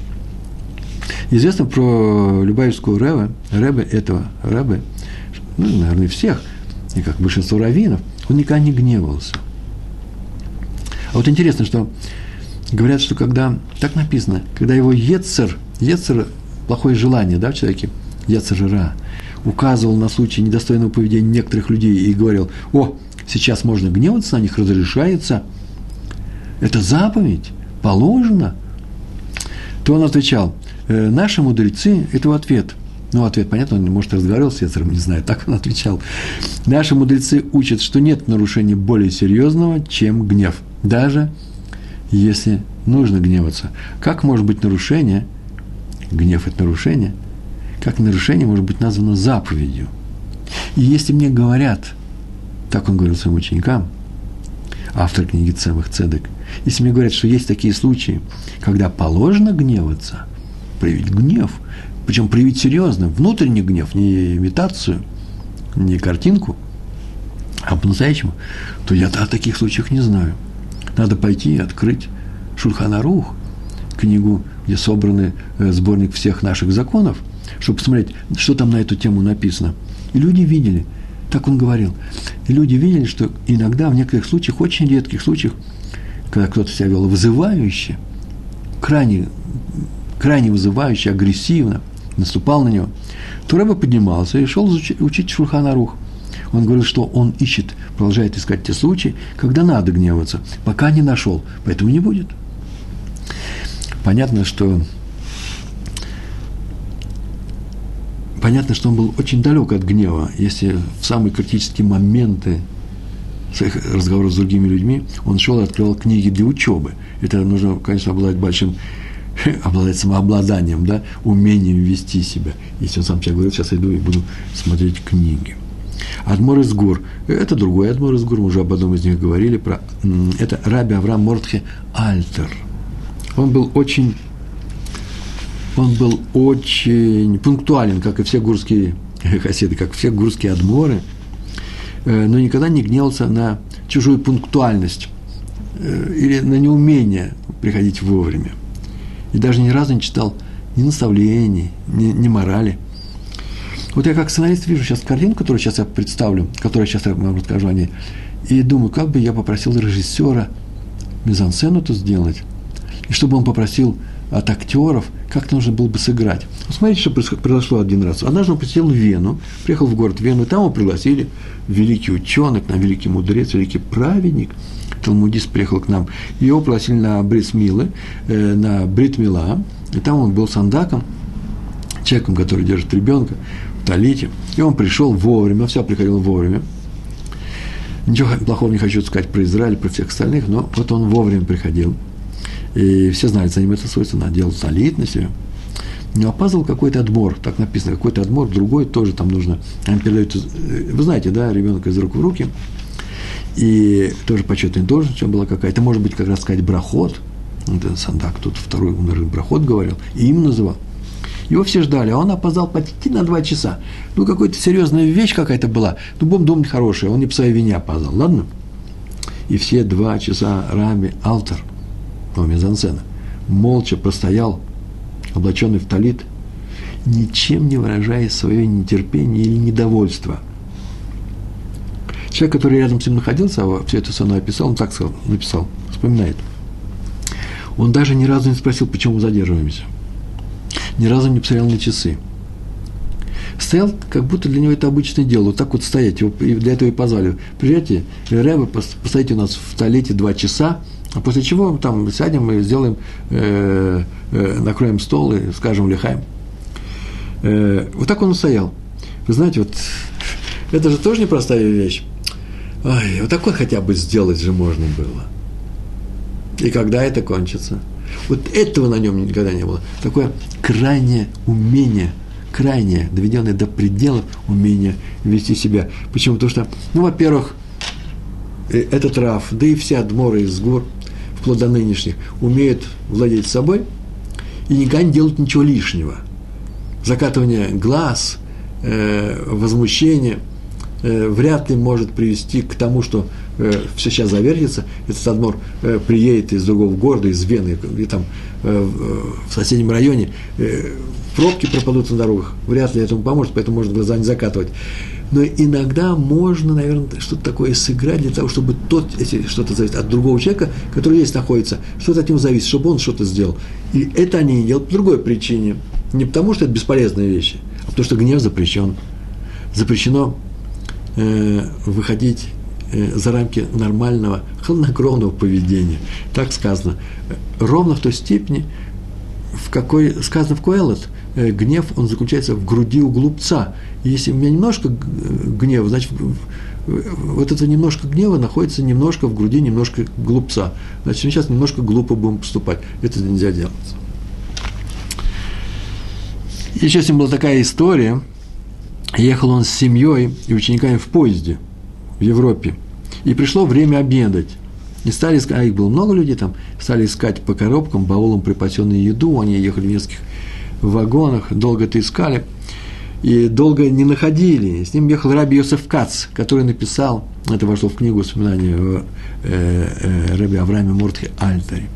Известно про Любавичского рэбе, рэбе этого рэбе, ну, наверное, всех, и как большинство раввинов, он никогда не гневался. А вот интересно, что говорят, что когда, так написано, когда его ецер, ецер – плохое желание, да, в человеке, ецер ра, указывал на случай недостойного поведения некоторых людей и говорил, о, сейчас можно гневаться на них, разрешается, это заповедь, положено, то он отвечал, наши мудрецы, это его ответ, ну, ответ, понятно, он, может, разговаривал с Ецером, не знаю, так он отвечал, наши мудрецы учат, что нет нарушения более серьезного, чем гнев, даже если нужно гневаться. Как может быть нарушение, гнев – это нарушение, как нарушение может быть названо заповедью. И если мне говорят, так он говорил своим ученикам, автор книги Цемах Цедек, если мне говорят, что есть такие случаи, когда положено гневаться, проявить гнев, причем проявить серьезно, внутренний гнев, не имитацию, не картинку, а по-настоящему, то я о таких случаях не знаю. Надо пойти и открыть Шульхан Арух, книгу, где собраны сборник всех наших законов, чтобы посмотреть, что там на эту тему написано. И люди видели, так он говорил, и люди видели, что иногда, в некоторых случаях, очень редких случаях, когда кто-то себя вел вызывающе, крайне, крайне вызывающе, агрессивно, наступал на него, то рэбе поднимался и шел учить Шульхан Арух. Он говорил, что он ищет, продолжает искать те случаи, когда надо гневаться, пока не нашел, поэтому не будет. Понятно, что Понятно, что он был очень далек от гнева, если в самые критические моменты своих разговоров с другими людьми он шел и открывал книги для учебы. Это нужно, конечно, обладать большим, обладать самообладанием, да, умением вести себя. Если он сам человек говорит, сейчас иду и буду смотреть книги. Адмор из Гур, это другой Адмор из Гур, мы уже об одном из них говорили, про, это раби Авраам Мордхе Альтер. Он был очень... Он был очень пунктуален, как и все гурские хасиды, как все гурские адморы, но никогда не гневался на чужую пунктуальность. или на неумение приходить вовремя. И даже ни разу не читал ни наставлений, ни, ни морали. Вот я как сценарист вижу сейчас картинку, которую сейчас я представлю, которую сейчас я вам расскажу о ней, и думаю, как бы я попросил режиссера мизансцену тут сделать, и чтобы он попросил от актеров, как нужно было бы сыграть. Вот смотрите, что произошло один раз. Однажды он посетил Вену, приехал в город Вену, и там его пригласили великий ученый, к нам великий мудрец, великий праведник, талмудист приехал к нам, его пригласили на брис-милы, э, на брит-мила, и там он был сандаком, человеком, который держит ребенка в талите, и он пришел вовремя, все приходил вовремя. Ничего плохого не хочу сказать про Израиль, про всех остальных, но вот он вовремя приходил. И все знают, за ним это свойство, надел талит на себя. Но опаздывал какой-то отбор, так написано, какой-то отбор, другой тоже там нужно. Они передают, вы знаете, да, ребенка из рук в руки. И тоже почетная должность, чем была какая-то, может быть, как раз сказать, брахот. Это Сандак тут второй, он даже брахот говорил, и им называл. Его все ждали, а он опоздал почти на два часа. Ну, какая-то серьезная вещь какая-то была. Ну, будем думать хорошая, он не по своей вине опоздал, ладно? И все два часа Рами Алтер, ну, мизансцена, молча простоял, облаченный в талит, ничем не выражая свое нетерпение или недовольство. Человек, который рядом с ним находился, а все это со мной описал, он так сказал, написал, вспоминает. Он даже ни разу не спросил, почему мы задерживаемся. Ни разу не посмотрел на часы. Стоял, как будто для него это обычное дело, вот так вот стоять, его для этого и позвали. Приезжайте, Рэбе, постоите у нас в талите два часа, а после чего там сядем и сделаем, э, э, накроем стол и скажем лихаем. Э, вот так он стоял. Вы знаете, вот это же тоже непростая вещь. Ой, вот такое хотя бы сделать же можно было. И когда это кончится? Вот этого на нем никогда не было. Такое крайнее умение, крайнее, доведенное до пределов умение вести себя. Почему? Потому что, ну, во-первых, этот Рав, да и все адморы из гор, вплоть до нынешних, умеют владеть собой и никогда не делают ничего лишнего. Закатывание глаз, э, возмущение э, вряд ли может привести к тому, что э, все сейчас завертится, этот адмор э, приедет из другого города, из Вены, и там э, в соседнем районе э, пробки пропадут на дорогах, вряд ли этому поможет, поэтому можно глаза не закатывать. Но иногда можно, наверное, что-то такое сыграть для того, чтобы тот, если что-то зависит от другого человека, который здесь находится, что-то от него зависит, чтобы он что-то сделал. И это они не делают по другой причине. Не потому, что это бесполезные вещи, а потому, что гнев запрещен. Запрещено э, выходить э, за рамки нормального, хладнокровного поведения. Так сказано. Ровно в той степени, в какой сказано в Коэлет, гнев, он заключается в груди у глупца. И если у меня немножко гнева, значит, вот это немножко гнева находится немножко в груди немножко глупца. Значит, мы сейчас немножко глупо будем поступать. Это нельзя делать. Еще с ним была такая история. Ехал он с семьей и учениками в поезде в Европе. И пришло время обедать. И стали искать, а их было много людей там, стали искать по коробкам, баулам припасенную еду. Они ехали в нескольких в вагонах, долго это искали, и долго не находили. С ним ехал Раби Йосеф Кац, который написал, это вошло в книгу воспоминаний о э, э, Раби Аврааме Мордхе Альтере.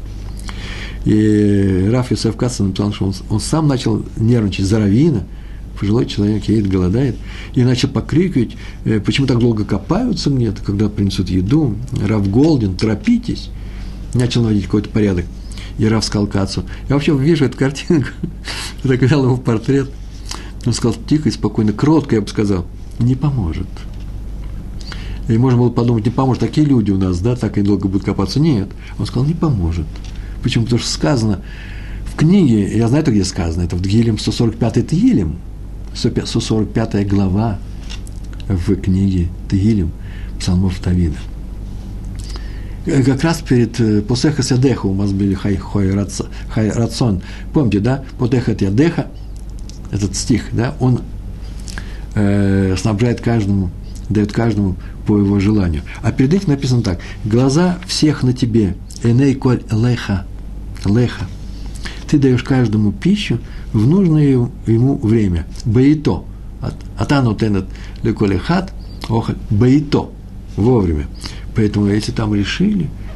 И Рав Йосеф Кац написал, что он, он сам начал нервничать за раввина, пожилой человек едет, голодает, и начал покрикивать, э, почему так долго копаются где-то, когда принесут еду, Рав Голдин, торопитесь, начал наводить какой-то порядок. И Рав сказал Кацу, я вообще вижу эту картинку, я так взял его в портрет, он сказал тихо и спокойно, кротко, я бы сказал, не поможет. И можно было подумать, не поможет, такие люди у нас, да, так и долго будут копаться. Нет, он сказал, не поможет. Почему? Потому что сказано в книге, я знаю, где сказано, это в Тегилим сто сорок пятый Тегилим, сто сорок пятая глава в книге Тегилим, псалмов Давида. Как раз перед «Посехас ядеха» у нас были «Хай хой рацон». Помните, да? «Потехат ядеха», этот стих, да, он э, снабжает каждому, дает каждому по его желанию. А перед этим написано так: «Глаза всех на тебе, эней коль леха, леха». Ты даешь каждому пищу в нужное ему время. «Баито», «атану тенет леколе хат», «охаль», «баито», вовремя. Поэтому, если там решили,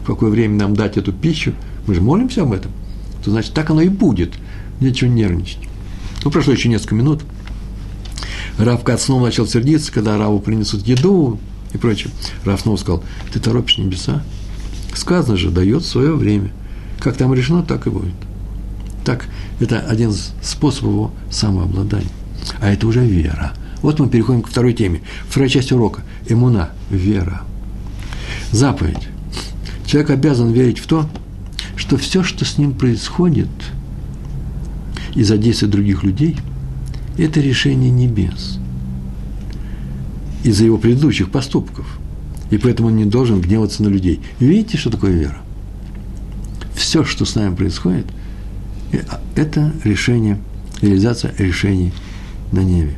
какое время нам дать эту пищу, мы же молимся об этом, то значит, так оно и будет, нечего нервничать. Ну, прошло еще несколько минут. Рав Кац снова начал сердиться, когда Раву принесут еду и прочее. Рав снова сказал: ты торопишь небеса. Сказано же, дает свое время. Как там решено, так и будет. Так, это один из способов его самообладания. А это уже вера. Вот мы переходим к второй теме. Вторая часть урока. Эмуна. Вера. Заповедь. Человек обязан верить в то, что все, что с ним происходит из-за действия других людей, это решение небес из-за его предыдущих поступков. И поэтому он не должен гневаться на людей. Видите, что такое вера? Все, что с нами происходит, это решение, реализация решений на небе.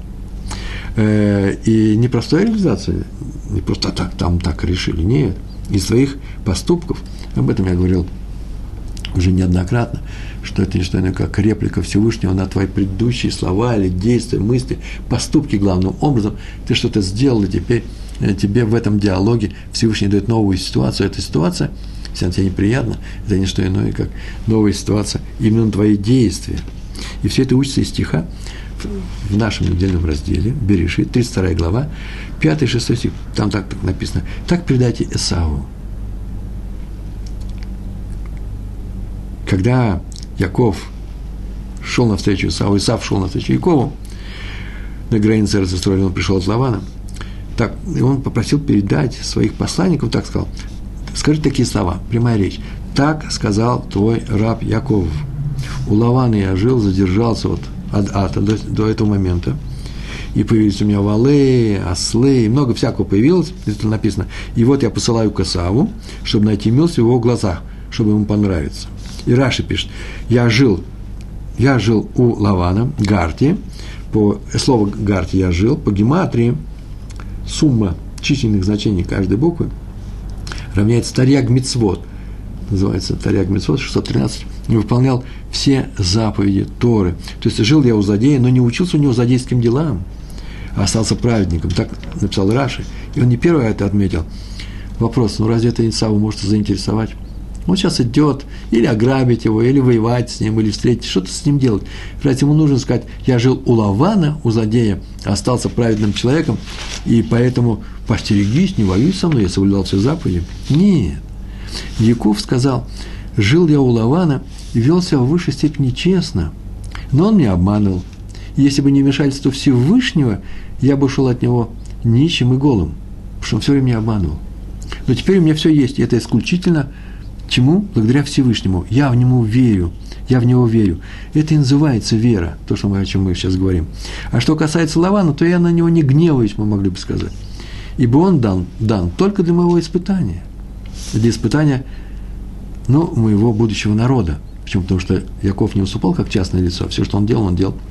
И не простая реализация, не просто так, там так решили, нет. Из своих поступков, об этом я говорил уже неоднократно, что это не что иное, как реплика Всевышнего на твои предыдущие слова или действия, мысли, поступки главным образом. Ты что-то сделал, и теперь тебе в этом диалоге Всевышний дает новую ситуацию. Эта ситуация, если она тебе неприятна, это не что иное, как новая ситуация именно на твои действия. И все это учится из стиха в нашем недельном разделе, Берешит, тридцать вторая глава, пятый-шестой стих, там так, так написано: «Так передайте Эсаву». Когда Яков шел навстречу Исаву, Исав шел навстречу Якову, на границе Эрец-Исроэля он пришел от Лавана, так, и он попросил передать своих посланников, так сказал: скажи такие слова, прямая речь: «Так сказал твой раб Яков. У Лавана я жил, задержался вот от ада до, до этого момента, и появились у меня валы, ослы, и много всякого появилось», это написано. «И вот я посылаю к Исаву, чтобы найти милость в его глазах, чтобы ему понравиться». И Раши пишет: «Я жил, я жил у Лавана, Гарти, по слову Гарти я жил, по гематрии, сумма численных значений каждой буквы равняется Тарьяг Мицвот, называется Тарьяг Мицвот, шестьсот тринадцать, и выполнял все заповеди Торы». То есть жил я у злодея, но не учился у него злодейским делам, а остался праведником. Так написал Раши. И он не первый это отметил. Вопрос: ну разве это Исаву может заинтересовать? Он сейчас идет или ограбить его, или воевать с ним, или встретить, что-то с ним делать. Разве ему нужно сказать: я жил у Лавана, у злодея, остался праведным человеком, и поэтому постерегись, не воюй со мной, я соблюдал все заповеди? Нет. Яков сказал: жил я у Лавана и вел себя в высшей степени честно, но он меня обманывал. И если бы не вмешательство Всевышнего, я бы ушел от него нищим и голым, потому что он все время меня обманывал. Но теперь у меня все есть, и это исключительно чему? Благодаря Всевышнему. Я в него верю. Я в него верю. Это и называется вера, то, что мы, о чем мы сейчас говорим. А что касается Лавана, то я на него не гневаюсь, мы могли бы сказать. Ибо он дан, дан только для моего испытания. Для испытания, ну, моего будущего народа. Почему? Потому что Яков не выступал как частное лицо. Все, что он делал, он делал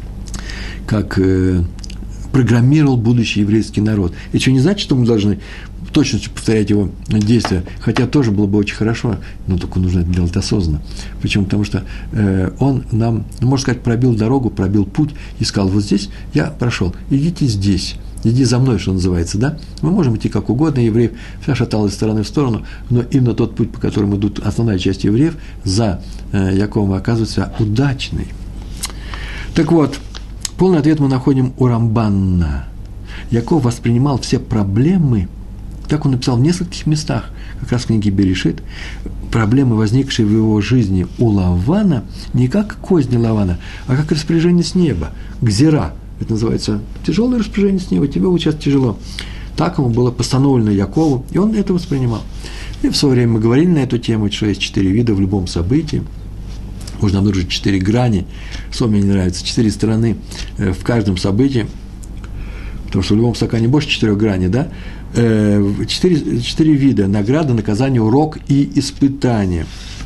как э, программировал будущий еврейский народ. Это что не значит, что мы должны точностью повторять его действия, хотя тоже было бы очень хорошо, но только нужно это делать осознанно. Почему? Потому что э, он нам, ну, можно сказать, пробил дорогу, пробил путь и сказал: вот здесь я прошел, идите здесь, иди за мной, что называется, да? Мы можем идти как угодно, евреев вся шаталась из стороны в сторону, но именно тот путь, по которому идут основная часть евреев, за э, Яковом оказывается удачный. Так вот, полный ответ мы находим у Рамбана. Яков воспринимал все проблемы, так он написал в нескольких местах, как раз в книге Берешит, проблемы, возникшие в его жизни у Лавана, не как козни Лавана, а как распоряжение с неба, гзира. Это называется тяжелое распоряжение с неба, тебе вот сейчас тяжело. Так ему было постановлено Якову, и он это воспринимал. И в свое время мы говорили на эту тему, что есть четыре вида в любом событии. Можно обнаружить четыре грани, слово мне не нравится, четыре стороны в каждом событии, потому что в любом стакане больше четырех граней, да? Четыре, четыре вида: награда, наказание, урок и испытание.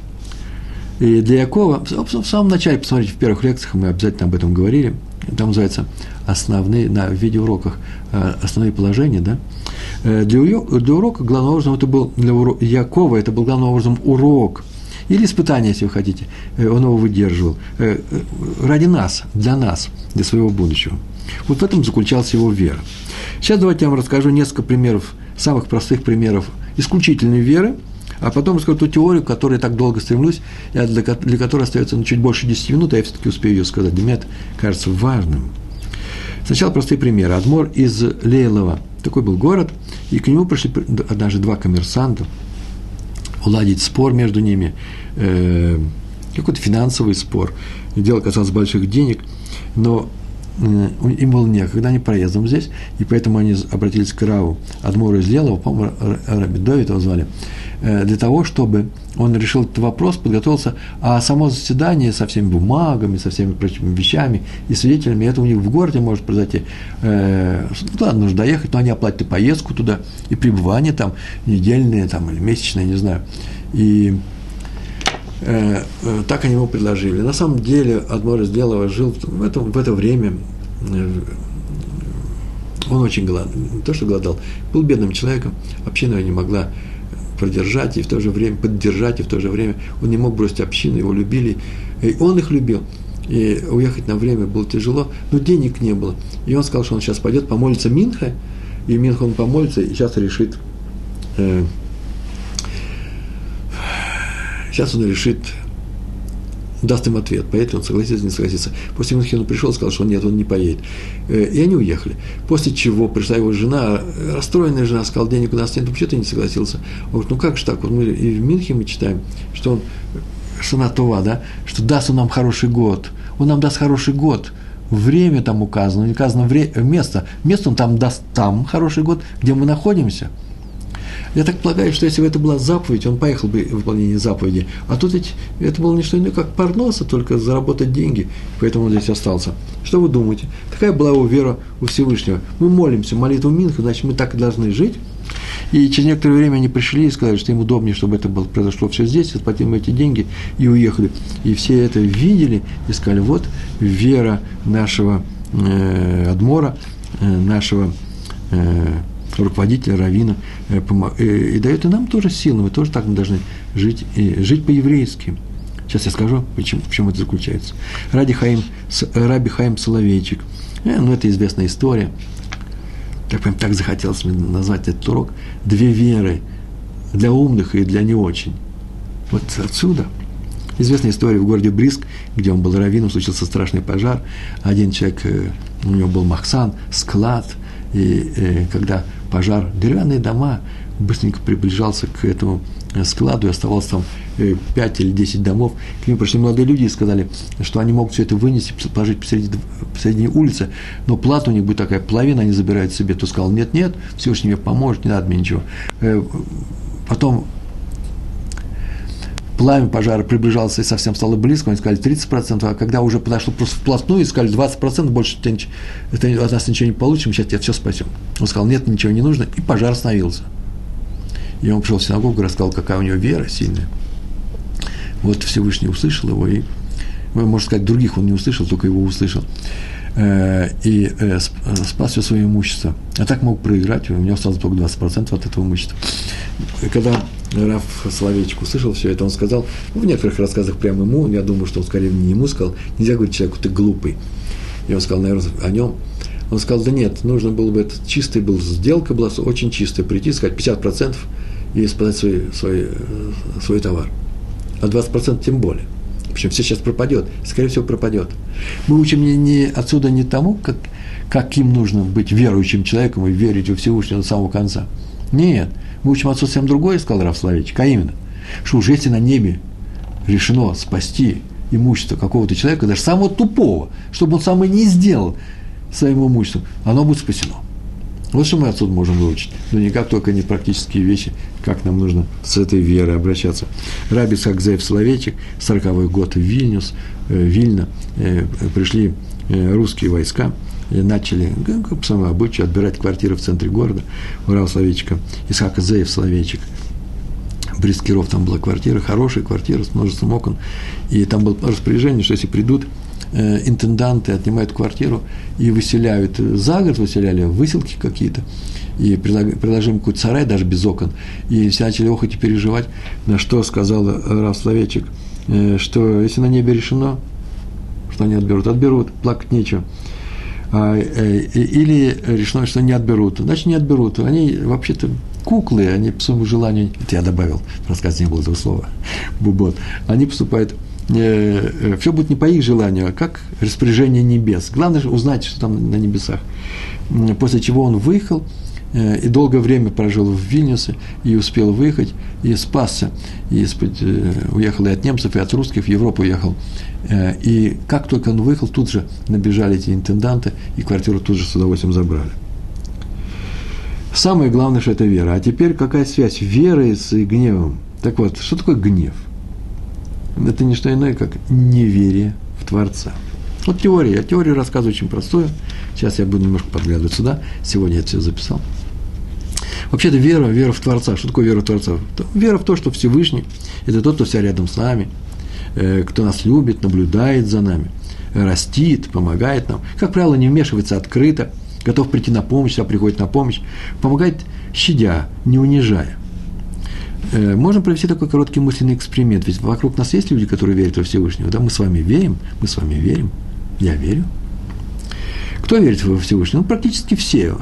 И для Якова, в самом начале, посмотрите, в первых лекциях мы обязательно об этом говорили, там называется основные, на видеоуроках, основные положения, да? Для, для урока главным образом это был, для Якова это был главным образом урок, или испытание, если вы хотите, он его выдерживал, ради нас, для нас, для своего будущего. Вот в этом заключалась его вера. Сейчас давайте я вам расскажу несколько примеров, самых простых примеров исключительной веры, А потом расскажу ту теорию, к которой я так долго стремлюсь, и для, для которой остается ну, чуть больше десяти минут, а я все-таки успею ее сказать. Для меня это кажется важным. Сначала простые примеры. Адмор из Лейлова. Такой был город, и к нему пришли однажды два коммерсанта уладить спор между ними, э, какой-то финансовый спор. Дело касалось больших денег, но э, им было некогда, они проездом здесь, и поэтому они обратились к Раву Адмору из Лейлова, по-моему, Раби Довид его звали, э, для того, чтобы он решил этот вопрос, подготовился, а само заседание со всеми бумагами, со всеми прочими вещами и свидетелями, это у них в городе может произойти. Э, ну, ладно, нужно доехать, но они оплатят и поездку туда, и пребывание там недельное там, или месячное, не знаю. И э, э, так они ему предложили. На самом деле Адмор из Лейлова жил в, этом, в это время, э, он очень голодал, не то что голодал, был бедным человеком, община не могла продержать и в то же время поддержать, и в то же время он не мог бросить общину, его любили, и он их любил. И уехать на время было тяжело, но денег не было. И он сказал, что он сейчас пойдет помолиться Минха, и Минха он помолится, и сейчас решит, э, сейчас он решит, даст им ответ, поедет ли он, согласится, не согласится. После Минхи он пришел и сказал, что нет, он не поедет. И они уехали. После чего пришла его жена, расстроенная жена, сказала, денег у нас нет, вообще ты не согласился. Он говорит, ну как же так, вот мы и в Минхе мы читаем, что он, Шана Това, да, что даст он нам хороший год, он нам даст хороший год. Время там указано, не указано время, место. Место он там даст там хороший год, где мы находимся. Я так полагаю, что если бы это была заповедь, он поехал бы в выполнение заповеди. А тут ведь это было не что иное, как парноса, только заработать деньги. Поэтому он здесь остался. Что вы думаете? Такая была его вера у Всевышнего. Мы молимся, молитву Минха, значит, мы так и должны жить. И через некоторое время они пришли и сказали, что им удобнее, чтобы это было, произошло все здесь, заплатили эти деньги и уехали. И все это видели и сказали, вот вера нашего э, Адмора, э, нашего э, руководителя, раввина, э, помог, э, и дает и нам тоже силы, мы тоже так должны жить, э, жить по-еврейски. Сейчас я скажу, почему, в чем это заключается. Раби Хаим, Раби Хаим Соловейчик, э, ну, это известная история. Так, прям так захотелось мне назвать этот урок. Две веры для умных и для не очень. Вот отсюда. Известная история в городе Бриск, где он был раввином, случился страшный пожар. Один человек, у него был махсан, склад, и когда пожар, деревянные дома, быстренько приближался к этому складу, и оставалось там пять или десять домов. К нему пришли молодые люди и сказали, что они могут все это вынести, положить посреди, посреди улицы, но плата у них будет такая, половина они забирают себе. То сказал, нет-нет, Всевышний мне поможет, не надо мне ничего. Потом пламя пожара приближалось и совсем стало близко, они сказали тридцать процентов, а когда уже подошло просто вплотную, и сказали двадцать процентов, больше ты, ты от нас ничего не получим, сейчас тебя все спасем. Он сказал, нет, ничего не нужно, и пожар остановился. И он пришел в синагогу и рассказал, какая у него вера сильная. Вот Всевышний услышал его, и, можно сказать, других он не услышал, только его услышал. И спас все свое имущество. А так мог проиграть, у него осталось только двадцать процентов от этого имущества. И когда Рав Соловейчик услышал все это, он сказал, ну, в некоторых рассказах прямо ему, я думаю, что он скорее не ему сказал, нельзя говорить человеку, ты глупый. И он сказал, наверное, о нем. Он сказал, да нет, нужно было бы, это чистая была, сделка была очень чистая, прийти, сказать пятьдесят процентов и спасать свой, свой, свой товар. А двадцать процентов тем более. В общем, все сейчас пропадет, скорее всего, пропадет. Мы учим не, не отсюда не тому, как, каким нужно быть верующим человеком и верить во Всевышнего до самого конца. Нет, мы учим отсюда совсем другое, сказал Рав Соловейчик, а именно, что уже если на небе решено спасти имущество какого-то человека, даже самого тупого, чтобы он сам и не сделал своим имуществом, оно будет спасено. Вот что мы отсюда можем выучить. Но никак только не практические вещи, как нам нужно с этой верой обращаться. Раби Исхак-Зеев Соловейчик, сороковой год, Вильнюс, э, Вильна, э, пришли э, русские войска, э, начали, как по самому обычаю, отбирать квартиры в центре города у Рава Соловейчика, Исхак-Зеев Соловейчик. Брискиров там была квартира, хорошая квартира с множеством окон, и там было распоряжение, что если придут интенданты, отнимают квартиру и выселяют, за город выселяли, выселки какие-то, и предложим какой-то сарай, даже без окон, и все начали охоть и переживать, на что сказал Рав Соловейчик, что если на небе решено, что они отберут, отберут, плакать нечего, или решено, что не отберут, значит, не отберут, они вообще-то куклы, они по своему желанию, это я добавил, в рассказе не было этого слова, бубот, они поступают, э, э, все будет не по их желанию, а как распоряжение небес. Главное же узнать, что там на небесах. После чего он выехал, э, и долгое время прожил в Вильнюсе, и успел выехать, и спасся, и э, уехал и от немцев, и от русских, в Европу уехал. Э, и как только он выехал, тут же набежали эти интенданты, и квартиру тут же с удовольствием забрали. Самое главное, что это вера. А теперь какая связь веры с гневом? Так вот, что такое гнев? Это не что иное, как неверие в Творца. Вот теория. Я теорию рассказываю очень простую. Сейчас я буду немножко подглядывать сюда. Сегодня я это все записал. Вообще-то вера, вера в Творца. Что такое вера в Творца? Вера в то, что Всевышний – это тот, кто вся рядом с нами, кто нас любит, наблюдает за нами, растит, помогает нам. Как правило, не вмешивается открыто, готов прийти на помощь, а приходит на помощь, помогает щадя, не унижая. Э, можно провести такой короткий мысленный эксперимент, ведь вокруг нас есть люди, которые верят во Всевышнего, да, мы с вами верим, мы с вами верим, я верю. Кто верит во Всевышнего? Ну, практически все.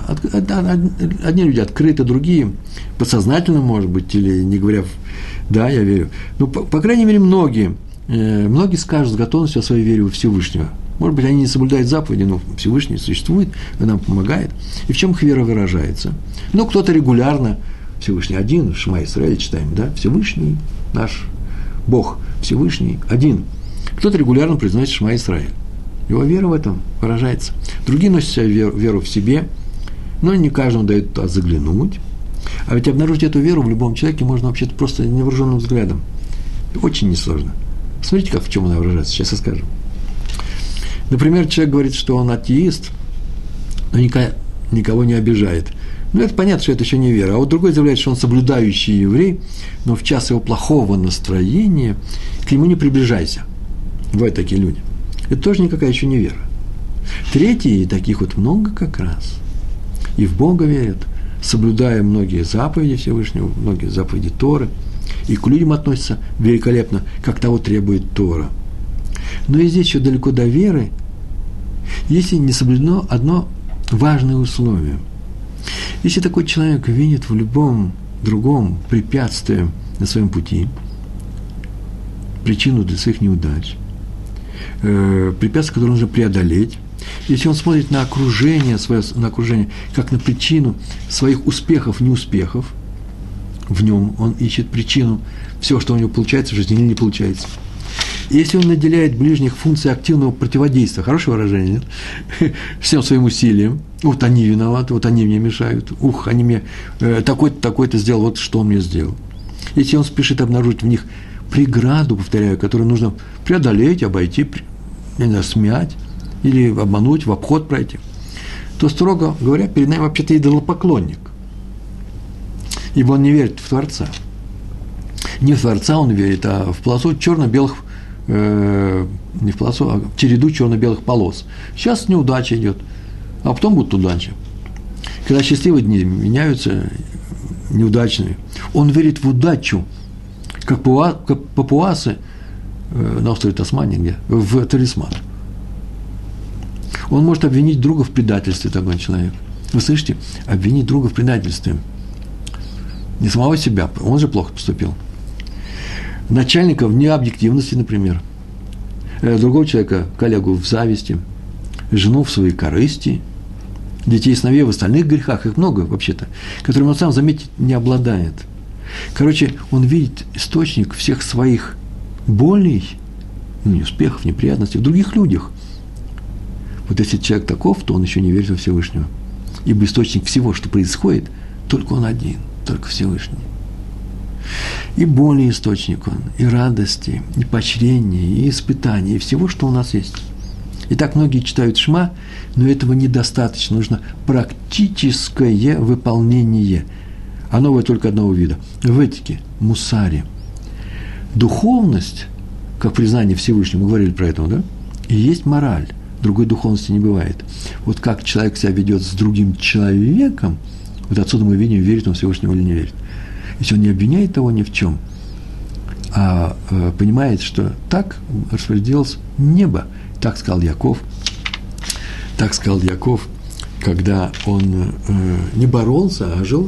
Одни люди открыты, другие подсознательно, может быть, или не говоря, да, я верю. Ну, по, по крайней мере, многие, э, многие скажут с готовностью о своей вере во Всевышнего. Может быть, они не соблюдают заповеди, но Всевышний существует, и нам помогает. И в чем их вера выражается? Ну, кто-то регулярно, Всевышний один, Шма Исраэль читаем, да, Всевышний наш Бог, Всевышний один. Кто-то регулярно произносит Шма Исраэль. Его вера в этом выражается. Другие носят веру, веру в себе, но не каждому дают туда заглянуть. А ведь обнаружить эту веру в любом человеке можно вообще-то просто невооруженным взглядом. Очень несложно. Смотрите, как в чем она выражается, сейчас я скажу. Например, человек говорит, что он атеист, но никого не обижает. Ну, это понятно, что это еще не вера. А вот другой заявляет, что он соблюдающий еврей, но в час его плохого настроения к нему не приближайся. Бывают такие люди. Это тоже никакая еще не вера. Третьи, таких вот много как раз, и в Бога верят, соблюдая многие заповеди Всевышнего, многие заповеди Торы, и к людям относятся великолепно, как того требует Тора. Но и здесь еще далеко до веры, если не соблюдено одно важное условие. Если такой человек видит в любом другом препятствии на своем пути, причину для своих неудач, э, препятствие, которое нужно преодолеть, если он смотрит на окружение, свое, на окружение как на причину своих успехов, неуспехов, в нем он ищет причину всего, что у него получается в жизни или не получается. Если он наделяет ближних функций активного противодействия, хорошее выражение, нет? Всем своим усилиям, вот они виноваты, вот они мне мешают, ух, они мне э, такой-то, такой-то сделал, вот что он мне сделал. Если он спешит обнаружить в них преграду, повторяю, которую нужно преодолеть, обойти, не знаю, смять, или обмануть, в обход пройти, то, строго говоря, перед нами вообще-то идолопоклонник. Ибо он не верит в Творца. Не в Творца он верит, а в полосу черно-белых, э, не в полосу, а в череду черно-белых полос. Сейчас неудача идет, а потом будут удачи. Когда счастливые дни меняются, неудачные, он верит в удачу, как, пуа, как папуасы э, на острове Тасмания, где, в талисман. Он может обвинить друга в предательстве, такой человек. Вы слышите? Обвинить друга в предательстве. Не самого себя, он же плохо поступил. Начальника в необъективности, например. Другого человека, коллегу в зависти, жену в своей корысти, детей и сыновей в остальных грехах, их много вообще-то, которыми он сам, заметить, не обладает. Короче, он видит источник всех своих болей, ну, неуспехов, неприятностей в других людях. Вот если человек таков, то он еще не верит во Всевышнего. Ибо источник всего, что происходит, только он один, только Всевышний. И боли источник он, и радости, и поощрения, и испытаний, и всего, что у нас есть. И так многие читают Шма, но этого недостаточно. Нужно практическое выполнение. Оно бывает только одного вида. В этике, мусаре. Духовность, как признание Всевышнего, мы говорили про это, да? И есть мораль. Другой духовности не бывает. Вот как человек себя ведет с другим человеком, вот отсюда мы видим, верит он Всевышнего или не верит. Если он не обвиняет того ни в чем, а э, понимает, что так распорядилось небо, так сказал Яков, так сказал Яков, когда он э, не боролся, а жил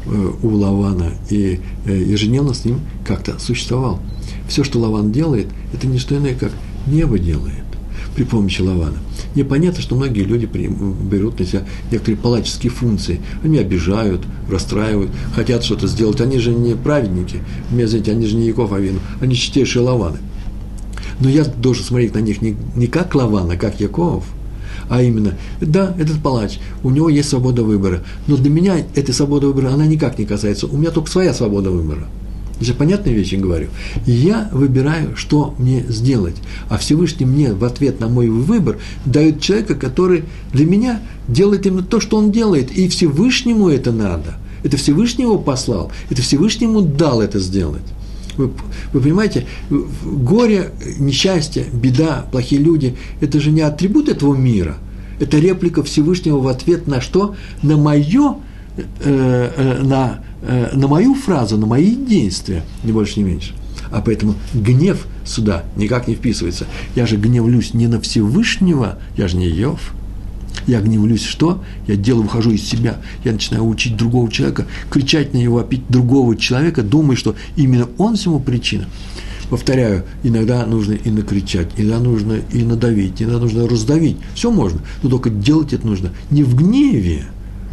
у Лавана и ежедневно с ним как-то существовал. Все, что Лаван делает, это не что иное, как небо делает при помощи Лавана. Мне понятно, что многие люди берут на себя некоторые палаческие функции. Они обижают, расстраивают, хотят что-то сделать. Они же не праведники, меня, знаете, они же не Яков Авину, они чистейшие Лаваны. Но я должен смотреть на них не, не как Лаван, а как Яков. А именно, да, этот палач, у него есть свобода выбора. Но для меня эта свобода выбора, она никак не касается. У меня только своя свобода выбора. Я же понятные вещи говорю. Я выбираю, что мне сделать. А Всевышний мне в ответ на мой выбор дает человека, который для меня делает именно то, что он делает. И Всевышнему это надо. Это Всевышний его послал. Это Всевышний ему дал это сделать. Вы, вы понимаете, горе, несчастье, беда, плохие люди – это же не атрибут этого мира. Это реплика Всевышнего в ответ на что? На мое, э, э, на, э, на мою фразу, на мои действия, ни больше, ни меньше. А поэтому гнев сюда никак не вписывается. Я же гневлюсь не на Всевышнего, я же не Иов. Я гневлюсь, что? Я делаю, выхожу из себя, я начинаю учить другого человека, кричать на него, опять другого человека, думая, что именно он всему причина. Повторяю, иногда нужно и накричать, иногда нужно и надавить, иногда нужно раздавить. Все можно, но только делать это нужно не в гневе,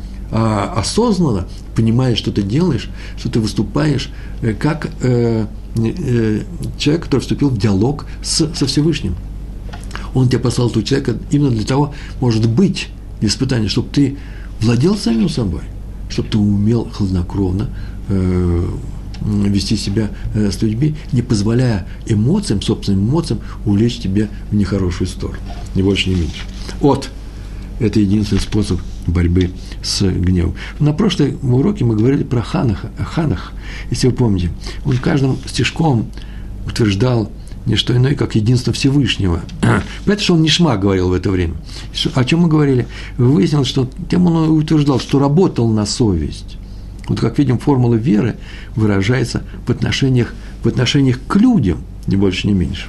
а осознанно, понимая, что ты делаешь, что ты выступаешь как э, э, человек, который вступил в диалог с, со Всевышним. Он тебя послал этого человека именно для того, может быть, испытание, чтобы ты владел самим собой, чтобы ты умел хладнокровно э, вести себя э, с людьми, не позволяя эмоциям, собственным эмоциям, увлечь тебя в нехорошую сторону, ни больше, ни меньше. Вот, это единственный способ борьбы с гневом. На прошлом уроке мы говорили про Ханах, Ханах, если вы помните. Он каждым стишком утверждал не что иное, как единство Всевышнего. Понимаете, что он не шма говорил в это время. О чем мы говорили? Выяснилось, что тем он утверждал, что работал на совесть. Вот как видим, формула веры выражается в отношениях, в отношениях к людям, ни больше, ни меньше.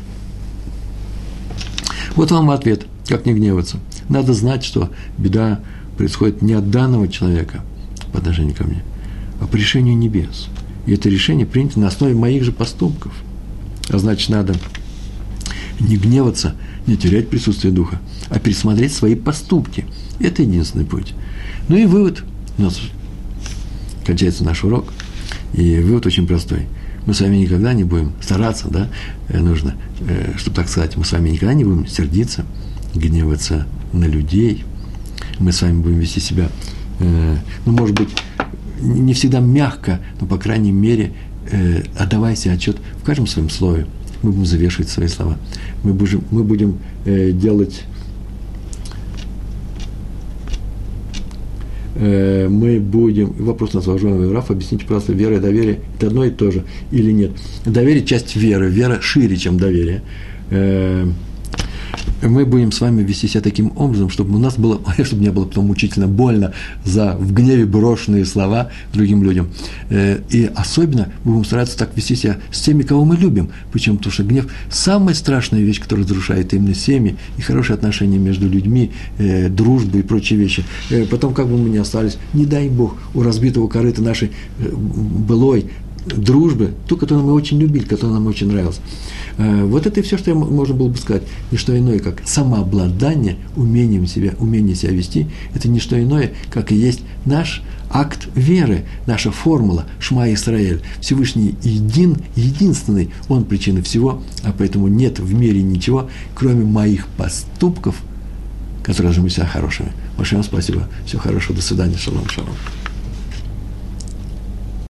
Вот вам ответ, как не гневаться. Надо знать, что беда происходит не от данного человека по отношению ко мне, а по решению небес. И это решение принято на основе моих же поступков. А значит, надо не гневаться, не терять присутствие духа, а пересмотреть свои поступки. Это единственный путь. Ну и вывод. У нас кончается наш урок. И вывод очень простой. Мы с вами никогда не будем стараться, да, нужно, чтобы так сказать, мы с вами никогда не будем сердиться, гневаться на людей. Мы с вами будем вести себя, ну, может быть, не всегда мягко, но, по крайней мере, отдавая себе отчет в каждом своем слове. Мы будем завешивать свои слова. Мы будем, мы будем э, делать, э, мы будем, вопрос на уважаемый Раф, объясните, пожалуйста, вера и доверие – это одно и то же или нет? Доверие – часть веры, вера шире, чем доверие. Э, мы будем с вами вести себя таким образом, чтобы у нас было, чтобы не было потом мучительно больно за в гневе брошенные слова другим людям. И особенно мы будем стараться так вести себя с теми, кого мы любим. Почему? Потому что гнев – самая страшная вещь, которая разрушает именно семьи и хорошие отношения между людьми, дружбу и прочие вещи. Потом, как бы мы ни остались, не дай Бог, у разбитого корыта нашей былой дружбы, ту, которую мы очень любили, которая нам очень нравилась. Вот это и все, что можно было бы сказать. Не что иное, как самообладание, умением себя, умение себя вести, это не что иное, как и есть наш акт веры, наша формула Шма Исраэль. Всевышний един, единственный, Он причина всего, а поэтому нет в мире ничего, кроме моих поступков, которые должны быть всегда хорошими. Большое вам спасибо. Всего хорошего. До свидания. Шалом, шалом.